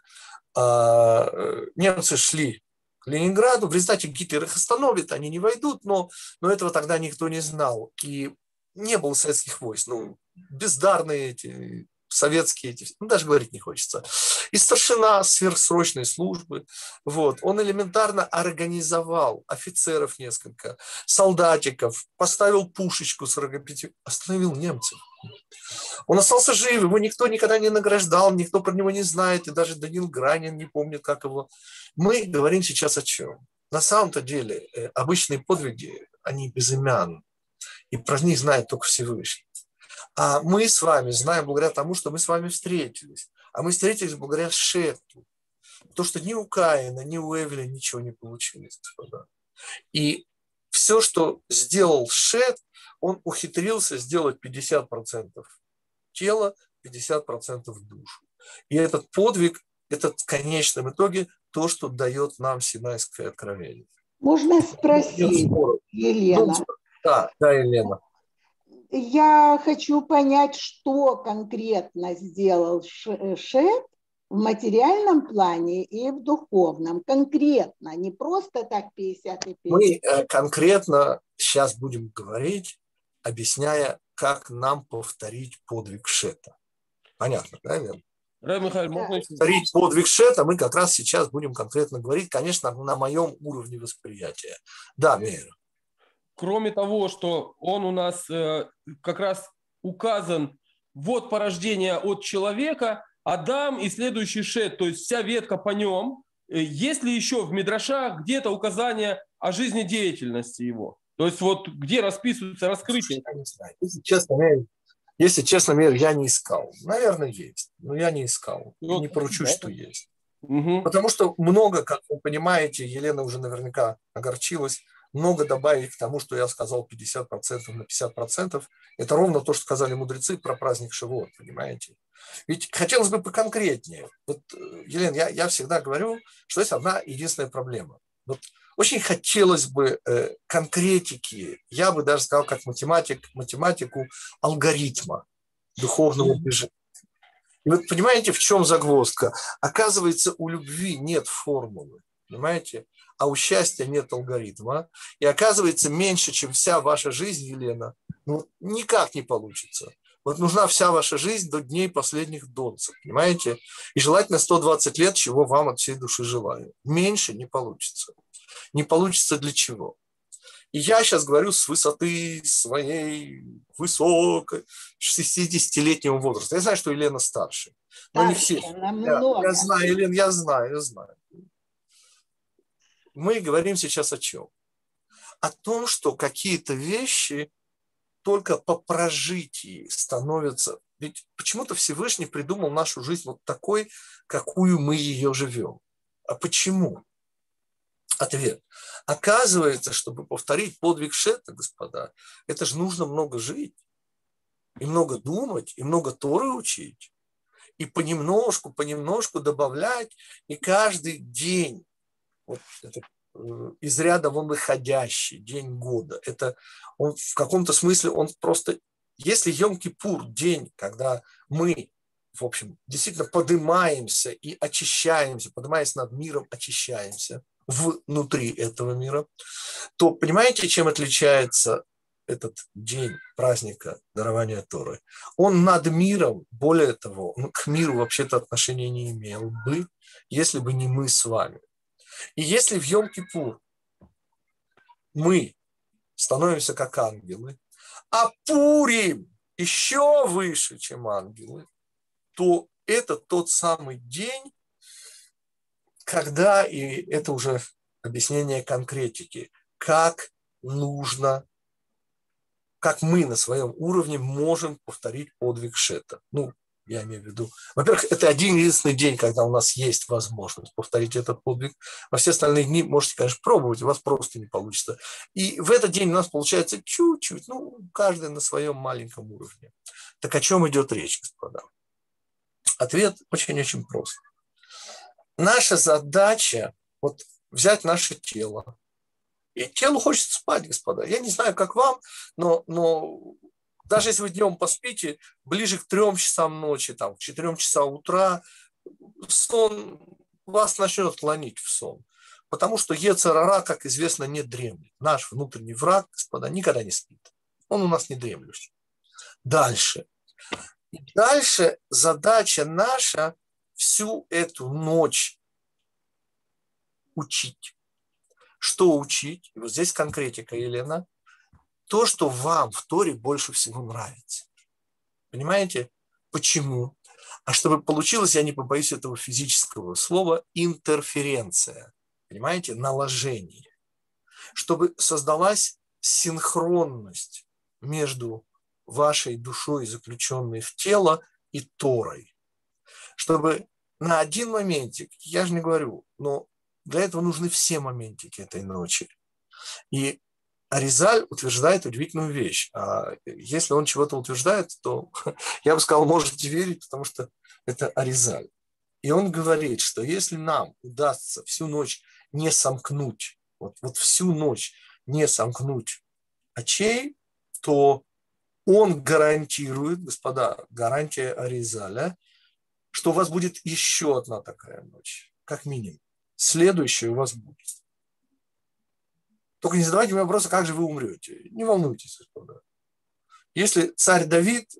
Немцы шли к Ленинграду, в результате Гитлер их остановит, они не войдут, но этого тогда никто не знал. И не было советских войск, ну, бездарные эти советские, эти, ну, даже говорить не хочется. И старшина сверхсрочной службы, вот, он элементарно организовал офицеров несколько, солдатиков, поставил пушечку 45, остановил немцев. Он остался жив, его никто никогда не награждал, никто про него не знает, и даже Даниил Гранин не помнит, как его. Мы говорим сейчас о чем? На самом-то деле обычные подвиги, они безымянны, и про них знает только Всевышний. А мы с вами знаем благодаря тому, что мы с вами встретились. А мы встретились благодаря Шету. Потому что ни у Каина, ни у Эвеля ничего не получилось, господа. И все, что сделал Шет, он ухитрился сделать 50% тела, 50% душу. И этот подвиг, это в конечном итоге то, что дает нам Синайское откровение. Можно спросить, Елена? Да, Елена. Я хочу понять, что конкретно сделал Шет в материальном плане и в духовном. Конкретно, не просто так 50 и 50. Мы конкретно сейчас будем говорить, объясняя, как нам повторить подвиг Шета. Понятно, да, Лена? Рав Михаил, можно еще? Повторить подвиг Шета мы как раз сейчас будем конкретно говорить, конечно, на моем уровне восприятия. Да, Мейер. Кроме того, что он у нас как раз указан, вот порождение от человека, Адам и следующий Шет, то есть вся ветка по нем. Есть ли еще в Мидрашах где-то указание о жизнедеятельности его? То есть вот где расписывается раскрытие? Я не знаю. Если честно, Мейер, я не искал. Наверное, есть, но я не искал. Вот, не поручусь, что есть. Угу. Потому что много, как вы понимаете, Елена уже наверняка огорчилась, много добавить к тому, что я сказал 50% на 50%. Это ровно то, что сказали мудрецы про праздник Шивот, понимаете? Ведь хотелось бы поконкретнее. Вот, Елена, я всегда говорю, что есть одна единственная проблема. Вот очень хотелось бы конкретики, я бы даже сказал, как математику алгоритма духовного движения. И вот понимаете, в чем загвоздка? Оказывается, у любви нет формулы, понимаете? А у счастья нет алгоритма. И оказывается, меньше, чем вся ваша жизнь, Елена, ну, никак не получится. Вот нужна вся ваша жизнь до дней последних донцев, понимаете? И желательно 120 лет, чего вам от всей души желаю. Меньше не получится. Не получится для чего? И я сейчас говорю с высоты своей высокой 60-летнего возраста. Я знаю, что Елена старше. Но не все. Я знаю, Елена, я знаю. Мы говорим сейчас о чем? О том, что какие-то вещи только по прожитии становятся... Ведь почему-то Всевышний придумал нашу жизнь вот такой, какую мы ее живем. А почему? Ответ. Оказывается, чтобы повторить подвиг Шета, господа, это же нужно много жить, и много думать, и много Торы учить, и понемножку добавлять, и каждый день, вот это из ряда вон выходящий день года, это он в каком-то смысле, он просто, если Йом-Кипур, день, когда мы, в общем, действительно поднимаемся и очищаемся, поднимаясь над миром, очищаемся, внутри этого мира, то понимаете, чем отличается этот день праздника дарования Торы? Он над миром, более того, он к миру вообще-то отношения не имел бы, если бы не мы с вами. И если в Йом-Кипур мы становимся как ангелы, а Пурим еще выше, чем ангелы, то это тот самый день, когда, и это уже объяснение конкретики, как нужно, как мы на своем уровне можем повторить подвиг Шета. Ну, я имею в виду, во-первых, это один единственный день, когда у нас есть возможность повторить этот подвиг. Во все остальные дни можете, конечно, пробовать, у вас просто не получится. И в этот день у нас получается чуть-чуть, ну, каждый на своем маленьком уровне. Так о чем идет речь, господа? Ответ очень-очень прост. Наша задача вот взять наше тело. И телу хочется спать, господа. Я не знаю, как вам, но даже если вы днем поспите, ближе к 3 часам ночи, там, к 4 часам утра, сон вас начнет клонить в сон. Потому что йецер ара, как известно, не дремлет. Наш внутренний враг, господа, никогда не спит. Он у нас не дремлющий. Дальше задача наша всю эту ночь учить. Что учить? И вот здесь конкретика, Елена. То, что вам в Торе больше всего нравится. Понимаете? Почему? А чтобы получилось, я не побоюсь этого физического слова, интерференция. Понимаете? Наложение. Чтобы создалась синхронность между вашей душой, заключенной в тело, и Торой. Чтобы на один моментик, я же не говорю, но для этого нужны все моментики этой ночи. И Аризаль утверждает удивительную вещь. А если он чего-то утверждает, то я бы сказал, можете верить, потому что это Аризаль. И он говорит, что если нам удастся всю ночь не сомкнуть, вот всю ночь не сомкнуть очей, то он гарантирует, господа, гарантия Аризаля, что у вас будет еще одна такая ночь, как минимум. Следующая у вас будет. Только не задавайте мне вопроса, как же вы умрете. Не волнуйтесь, господа. Если царь Давид,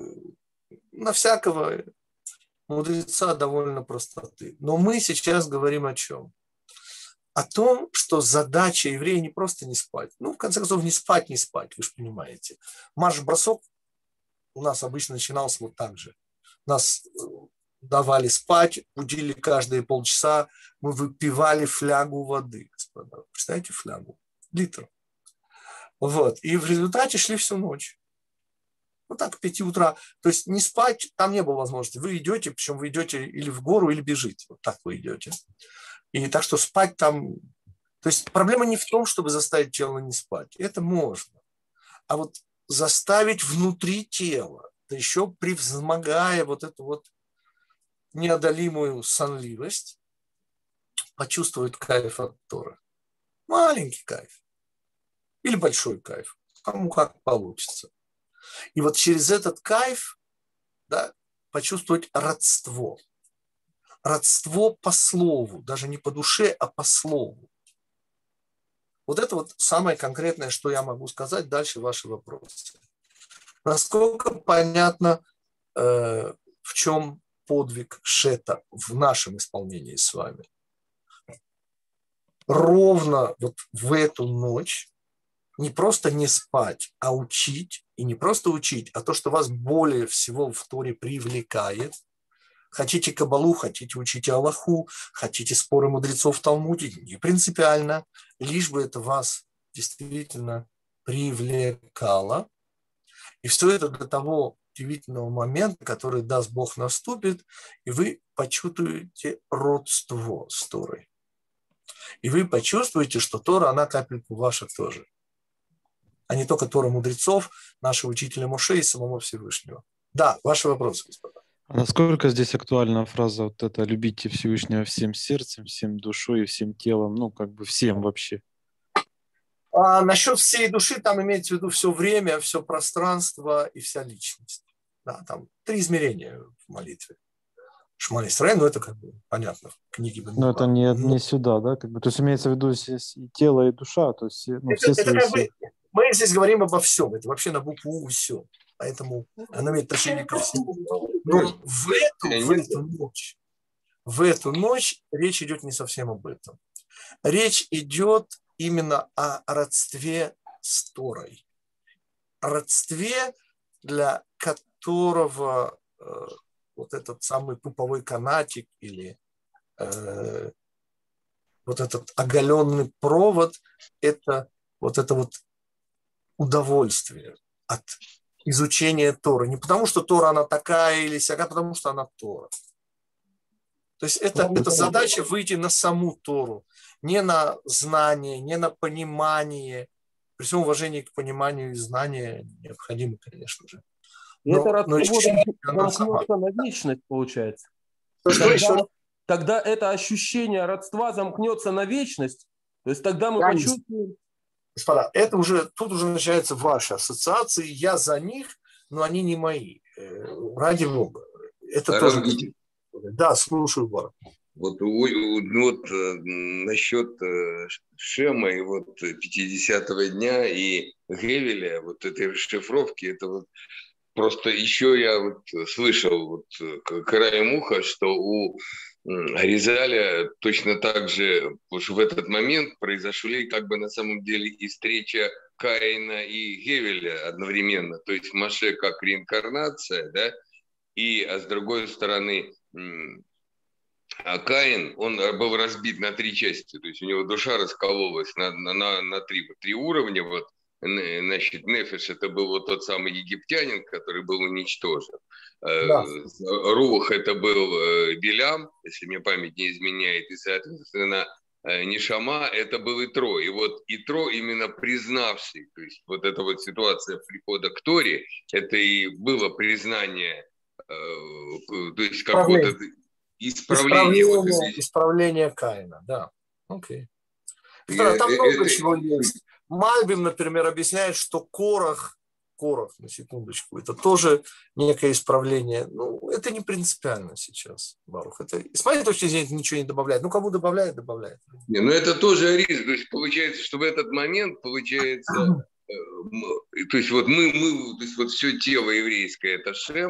на всякого мудреца довольно простоты. Но мы сейчас говорим о чем? О том, что задача еврея не просто не спать. Ну, в конце концов, не спать, вы же понимаете. Марш-бросок у нас обычно начинался вот так же. Нас давали спать, будили каждые полчаса, мы выпивали флягу воды, господа. Представляете, флягу? Литр. Вот. И в результате шли всю ночь. Вот так, к 5 утра. То есть не спать там не было возможности. Вы идете, причем вы идете или в гору, или бежите. Вот так вы идете. И так что спать там... То есть проблема не в том, чтобы заставить тело не спать. Это можно. А вот заставить внутри тела, да еще превозмогая вот эту вот неодолимую сонливость, почувствовать кайф от Торы. Маленький кайф. Или большой кайф. Кому как получится. И вот через этот кайф, да, почувствовать родство. Родство по слову. Даже не по душе, а по слову. Вот это вот самое конкретное, что я могу сказать. Дальше ваши вопросы. Насколько понятно, в чем подвиг Шета в нашем исполнении с вами? Ровно вот в эту ночь не просто не спать, а учить. И не просто учить, а то, что вас более всего в Торе привлекает. Хотите кабалу, хотите учить Аллаху, хотите споры мудрецов в Талмуде, не принципиально. Лишь бы это вас действительно привлекало. И все это до того удивительного момента, который, даст Бог, наступит, и вы почувствуете родство с Торой. И вы почувствуете, что Тора, она капельку ваша тоже. А не только Тора мудрецов, нашего учителя Моше и самого Всевышнего. Да, ваши вопросы, господа. А насколько здесь актуальна фраза вот эта «любите Всевышнего всем сердцем, всем душой и всем телом», ну, как бы всем вообще? А насчет всей души там имеется в виду все время, все пространство и вся личность. Да, там 3 измерения в молитве. Шма Исраэль, ну это как бы понятно в книге Бенуха. Но это не сюда, да? Как бы, то есть имеется в виду и тело, и душа, то есть ну, все это свои как бы, мы здесь говорим обо всем, это вообще на букву У все. Поэтому оно имеет отношение ко всему. Но в эту ночь речь идет не совсем об этом. Речь идет именно о родстве с Торой. Родстве, для которого вот этот самый пуповой канатик или вот этот оголенный провод, это вот удовольствие от изучения Торы. Не потому, что Тора она такая или сяка, а потому, что она Тора. То есть это задача выйти на саму Тору. Не на знание, не на понимание. При всем уважении к пониманию и знанию необходимо, конечно же. И это Но родство ощущение, оно замкнется на вечность, получается. Что еще раз? Тогда это ощущение родства замкнется на вечность. То есть тогда мы почувствуем... Господа, это уже, тут уже начинаются ваши ассоциации. Я за них, но они не мои. Ради Бога. Это тоже... Да, слушаю, Бар. Вот насчет Шема и вот 50-го дня и Гевеля, вот этой расшифровки, это вот просто еще я вот слышал вот краем уха, что у Аризаля точно так же в этот момент произошли как бы на самом деле и встреча Каина и Гевеля одновременно, то есть Моше как реинкарнация, да, а с другой стороны Каин, он был разбит на 3 части, то есть у него душа раскололась на 3 уровня, вот. Значит, Нефеш это был вот тот самый египтянин, который был уничтожен. Да. Рух это был Билям, если мне память не изменяет, и, соответственно, Нишама это был Итро. И вот Итро именно признавший, то есть вот эта вот ситуация прихода к Торе, это и было признание, то есть как вот это исправление Каина, да. Окей. Там много чего есть. Мальбим, например, объясняет, что Корах, на секундочку, это тоже некое исправление. Ну, это не принципиально сейчас, Барух. Это, с моей точки зрения, ничего не добавляет. Ну, кому добавляет, добавляет. Не, ну, это тоже риск. То есть, получается, что в этот момент, получается, то есть, вот мы, то есть, вот все тело еврейское – это Шем,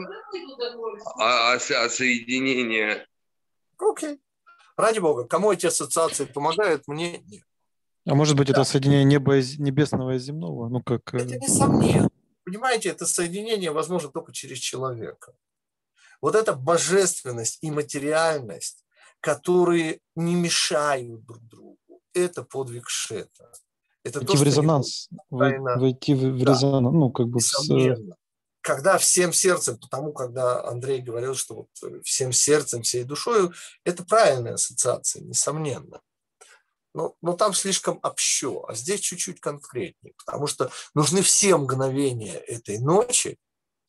а соединение… Окей. Ради Бога. Кому эти ассоциации помогают, мне нет. А может быть, это соединение небесного и земного? Ну, как... Это несомненно. Понимаете, это соединение возможно только через человека. Вот эта божественность и материальность, которые не мешают друг другу, это подвиг Шета. Это войти в резонанс. Войти в резонанс. Ну, как бы Когда всем сердцем, потому когда Андрей говорил, что вот всем сердцем, всей душой, это правильная ассоциация, несомненно. Но там слишком общо, а здесь чуть-чуть конкретнее, потому что нужны все мгновения этой ночи,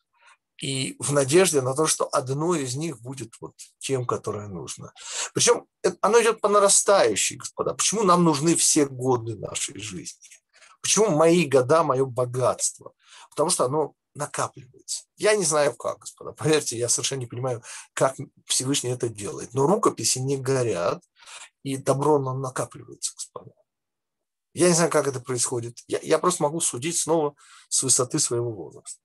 и в надежде на то, что одно из них будет вот тем, которое нужно. Причем оно идет по нарастающей, господа. Почему нам нужны все годы нашей жизни? Почему мои года, мое богатство? Потому что оно накапливается. Я не знаю как, господа. Поверьте, я совершенно не понимаю, как Всевышний это делает. Но рукописи не горят, и добро накапливается, господа. Я не знаю, как это происходит. Я просто могу судить снова с высоты своего возраста.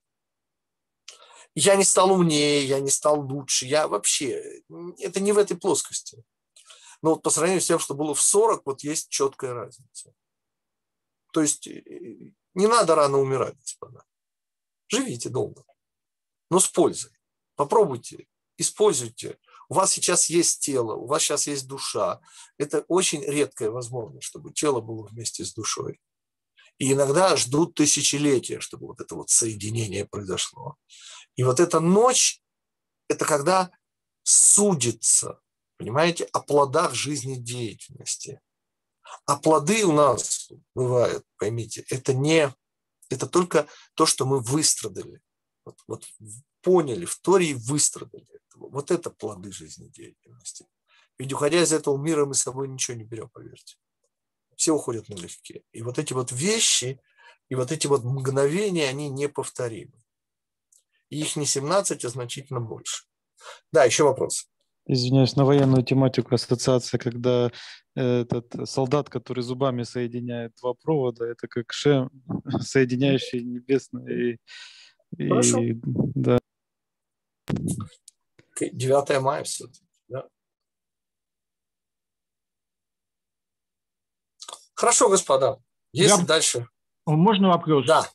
Я не стал умнее, я не стал лучше. Я вообще... Это не в этой плоскости. Но вот по сравнению с тем, что было в 40, вот есть четкая разница. То есть не надо рано умирать, господа. Живите долго, но с пользой. Попробуйте, используйте. У вас сейчас есть тело, у вас сейчас есть душа. Это очень редкая возможность, чтобы тело было вместе с душой. И иногда ждут тысячелетия, чтобы вот это вот соединение произошло. И вот эта ночь, это когда судится, понимаете, о плодах жизнедеятельности. А плоды у нас бывают, поймите, это только то, что мы выстрадали. Вот поняли, в Торе и выстрадали. Вот это плоды жизнедеятельности. Ведь уходя из этого мира, мы с собой ничего не берем, поверьте. Все уходят налегке. И вот эти вот вещи, и вот эти вот мгновения, они неповторимы. И их не 17, а значительно больше. Да, еще вопрос. Извиняюсь, на военную тематику ассоциация, когда этот солдат, который зубами соединяет 2 провода, это как Шем, соединяющий небесное и да. 9 мая все-таки, да. Хорошо, господа. Если дальше... Можно вопрос? Да.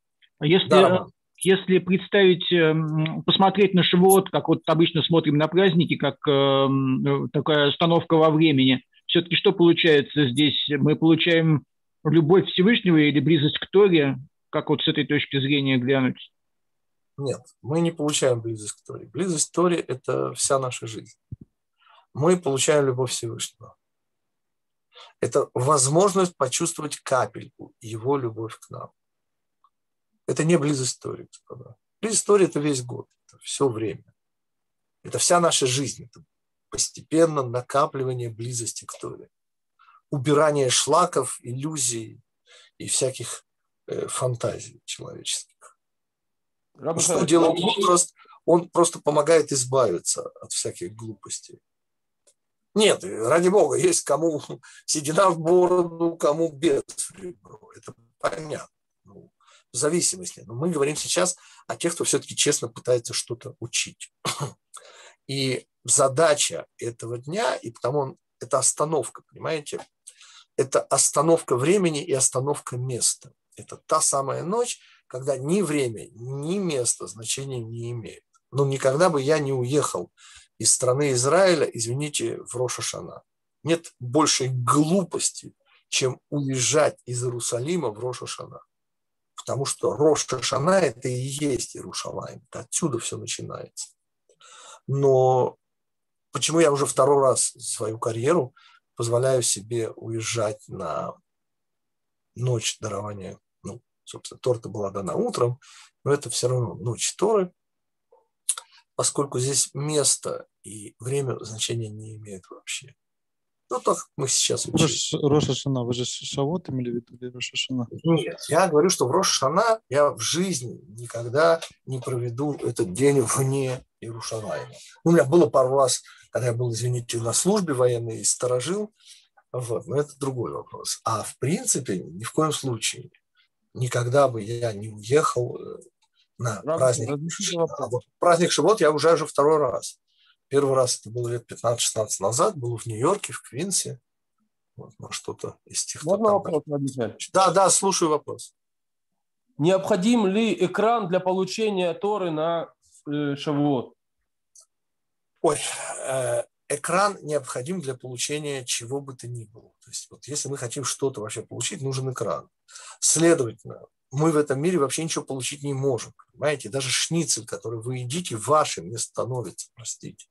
Если представить, посмотреть на Шавуот, как вот обычно смотрим на праздники, как такая остановка во времени, все-таки что получается здесь? Мы получаем любовь Всевышнего или близость к Торе? Как вот с этой точки зрения глянуть? Нет, мы не получаем близость к Торе. Близость к Торе – это вся наша жизнь. Мы получаем любовь Всевышнего. Это возможность почувствовать капельку его любовь к нам. Это не близость к Торе, господа. Предыстория – это весь год, это все время. Это вся наша жизнь, это постепенно накапливание близости к Торе. Убирание шлаков, иллюзий и всяких фантазий человеческих. Что делает возраст? Он просто помогает избавиться от всяких глупостей. Нет, ради Бога, есть кому седина в бороду, кому без ребро. Это понятно. В зависимости. Но мы говорим сейчас о тех, кто все-таки честно пытается что-то учить. И задача этого дня, и потому это остановка, понимаете? Это остановка времени и остановка места. Это та самая ночь, когда ни время, ни место значения не имеет. Но никогда бы я не уехал из страны Израиля, извините, в Рош ха-Шана. Нет большей глупости, чем уезжать из Иерусалима в Рош ха-Шана. Потому что Рош ха-Шана – это и есть Иерушалаим. Это отсюда все начинается. Но почему я уже второй раз свою карьеру позволяю себе уезжать на ночь дарования? Ну, собственно, Тора была дана утром, но это все равно ночь Торы, поскольку здесь место и время значения не имеют вообще. Ну, так мы сейчас учим. Рош ха-Шана, вы же Шавот имели в виду или Рош ха-Шана? Нет, я говорю, что в Рош ха-Шана я в жизни никогда не проведу этот день вне Иерушалайма. У меня было пару раз, когда я был, извините, на службе военной и сторожил, вот, но это другой вопрос. А в принципе, ни в коем случае, никогда бы я не уехал на праздник. А вот праздник Шавот я уже второй раз. Первый раз это было лет 15-16 назад, был в Нью-Йорке, в Квинсе. Вот, на что-то из тех, кто Можно там вопрос, был. Да, слушаю вопрос. Необходим ли экран для получения Торы на Шавуот? Ой, экран необходим для получения чего бы то ни было. То есть вот если мы хотим что-то вообще получить, нужен экран. Следовательно, мы в этом мире вообще ничего получить не можем. Понимаете? Даже шницель, который вы едите, вашим не становится, простите.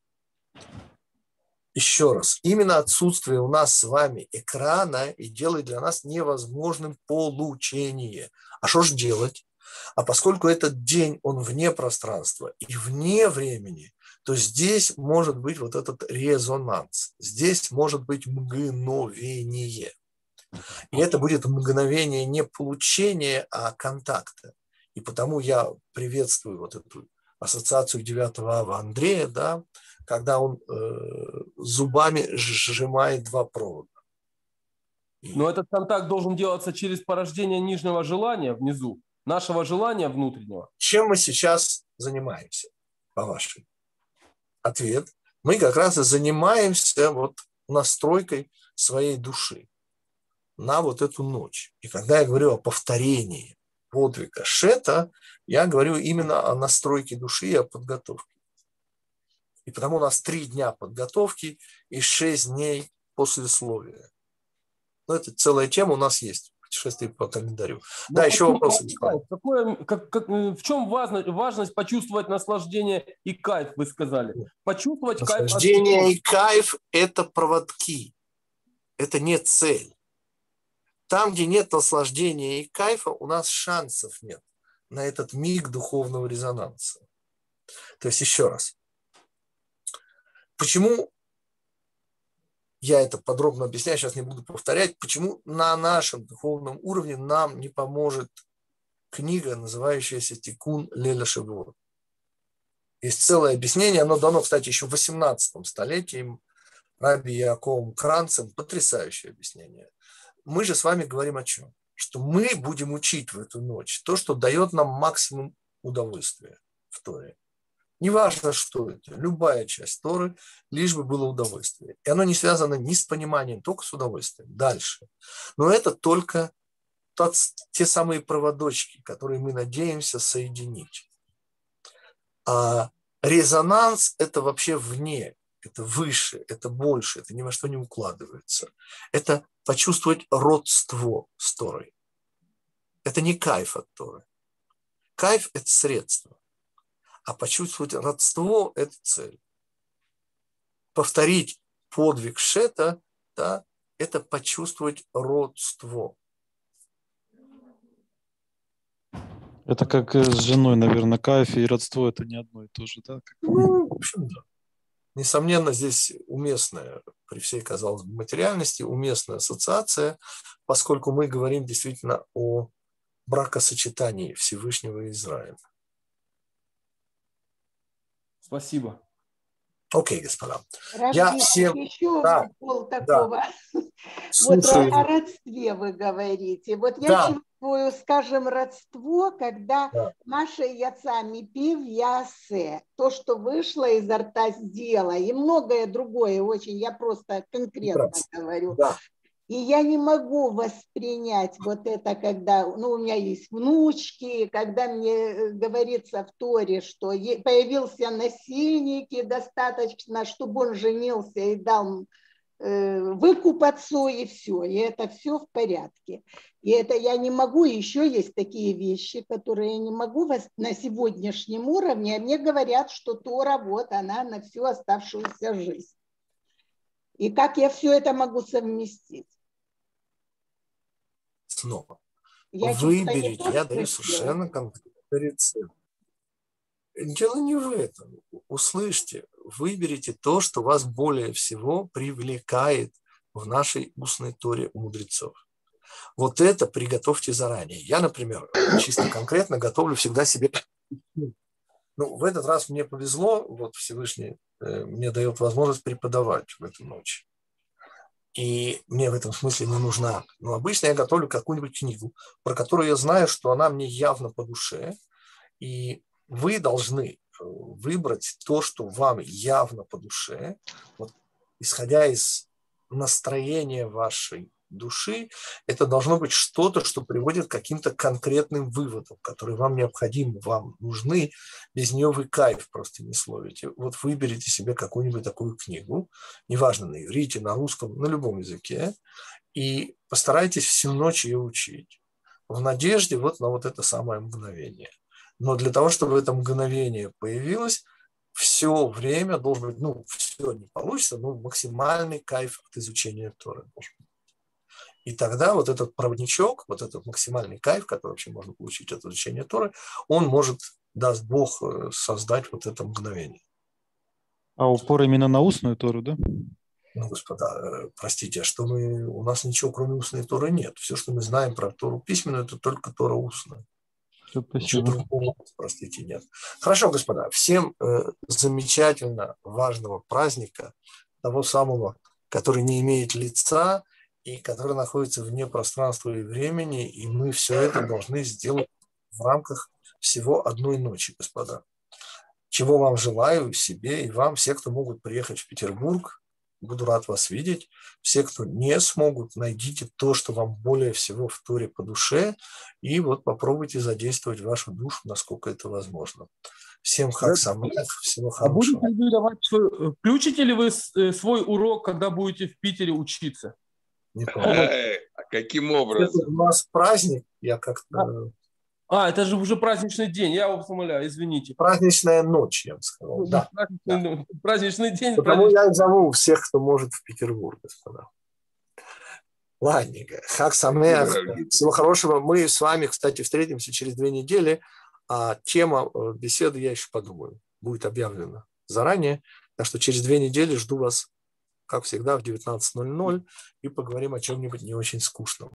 Еще раз, именно отсутствие у нас с вами экрана и делает для нас невозможным получение. А что же делать? А поскольку этот день, он вне пространства и вне времени, то здесь может быть вот этот резонанс. Здесь может быть мгновение. И это будет мгновение не получения, а контакта. И потому я приветствую вот эту ассоциацию 9 ава Андрея, да, когда он зубами сжимает два провода. Но этот контакт должен делаться через порождение нижнего желания внизу, нашего желания внутреннего. Чем мы сейчас занимаемся, по-вашему? Ответ. Мы как раз и занимаемся вот настройкой своей души на вот эту ночь. И когда я говорю о повторении подвига Шета, я говорю именно о настройке души и о подготовке. И потому у нас 3 дня подготовки и 6 дней послесловия. Но это целая тема у нас есть. Путешествие по календарю. Но да, еще вопросы. В чем важность почувствовать наслаждение и кайф, вы сказали? Почувствовать кайф. Наслаждение и кайф – это проводки. Это не цель. Там, где нет наслаждения и кайфа, у нас шансов нет на этот миг духовного резонанса. То есть еще раз. Почему, я это подробно объясняю, сейчас не буду повторять, почему на нашем духовном уровне нам не поможет книга, называющаяся «Тикун Леля Шавуот». Есть целое объяснение, оно дано, кстати, еще в 18 столетии Раби Яаковом Кранцем, потрясающее объяснение. Мы же с вами говорим о чем? Что мы будем учить в эту ночь то, что дает нам максимум удовольствия в Торе. Неважно, что это, любая часть Торы, лишь бы было удовольствие. И оно не связано ни с пониманием, только с удовольствием. Дальше. Но это только те самые проводочки, которые мы надеемся соединить. А резонанс – это вообще вне, это выше, это больше, это ни во что не укладывается. Это почувствовать родство с Торой. Это не кайф от Торы. Кайф – это средство. А почувствовать родство – это цель. Повторить подвиг Шета, да, это почувствовать родство. Это как с женой, наверное, кайф и родство – это не одно и то же, да? Ну, в общем, да. Несомненно, здесь уместная, при всей, казалось бы, материальности, уместная ассоциация, поскольку мы говорим действительно о бракосочетании Всевышнего и Израиля. Спасибо. Окей, господа. Я всем... Еще да, такого. Да. Вот о родстве вы говорите. Вот я чувствую, скажем, родство, когда Маша яца мипив ясе. То, что вышло изо рта, сделай. И многое другое очень. Я просто конкретно говорю. Да. И я не могу воспринять вот это, когда, у меня есть внучки, когда мне говорится в Торе, что появился насильник, и достаточно, чтобы он женился и дал выкуп отцу, и все. И это все в порядке. И это я не могу, еще есть такие вещи, которые я не могу на сегодняшнем уровне, а мне говорят, что Тора, вот она на всю оставшуюся жизнь. И как я все это могу совместить? Снова. Выберите, я даю совершенно конкретный рецепт. Дело не в этом. Услышьте, выберите то, что вас более всего привлекает в нашей устной Торе у мудрецов. Вот это приготовьте заранее. Я, например, чисто конкретно готовлю всегда себе. В этот раз мне повезло, вот Всевышний мне дает возможность преподавать в эту ночь. И мне в этом смысле не нужна. Но обычно я готовлю какую-нибудь книгу, про которую я знаю, что она мне явно по душе. И вы должны выбрать то, что вам явно по душе, вот, исходя из настроения вашей души. Это должно быть что-то, что приводит к каким-то конкретным выводам, которые вам необходимы, вам нужны. Без нее вы кайф просто не словите. Вот выберите себе какую-нибудь такую книгу, неважно, на иврите, на русском, на любом языке, и постарайтесь всю ночь ее учить в надежде вот на вот это самое мгновение. Но для того, чтобы это мгновение появилось, все время должен быть, все не получится, но максимальный кайф от изучения Торы должен быть. И тогда вот этот проводничок, вот этот максимальный кайф, который вообще можно получить от изучения Торы, он может, даст Бог, создать вот это мгновение. А упор именно на устную Тору, да? Господа, простите, а у нас ничего кроме устной Торы нет. Все, что мы знаем про Тору письменную, это только Тора устная. Ничего другого, простите, нет. Хорошо, господа, всем замечательно важного праздника, того самого, который не имеет лица и который находится вне пространства и времени, и мы все это должны сделать в рамках всего одной ночи, господа. Чего вам желаю себе и вам, все, кто могут приехать в Петербург, буду рад вас видеть. Все, кто не смогут, найдите то, что вам более всего в Торе по душе, и вот попробуйте задействовать вашу душу, насколько это возможно. Всем хаг самех, всего хорошего. Включите ли вы свой урок, когда будете в Питере учиться? Не помню. Каким образом? У нас праздник, я как-то... это же уже праздничный день, я вас умоляю, извините. Праздничная ночь, я бы сказал. Да. Праздничный день. Потому я зову всех, кто может, в Петербург, господа. Ладненько. Хаг самех. Всего хорошего. Мы с вами, кстати, встретимся через 2 недели. А тема беседы, я еще подумаю, будет объявлена заранее. Так что через 2 недели жду вас, как всегда, в 19:00 и поговорим о чем-нибудь не очень скучном.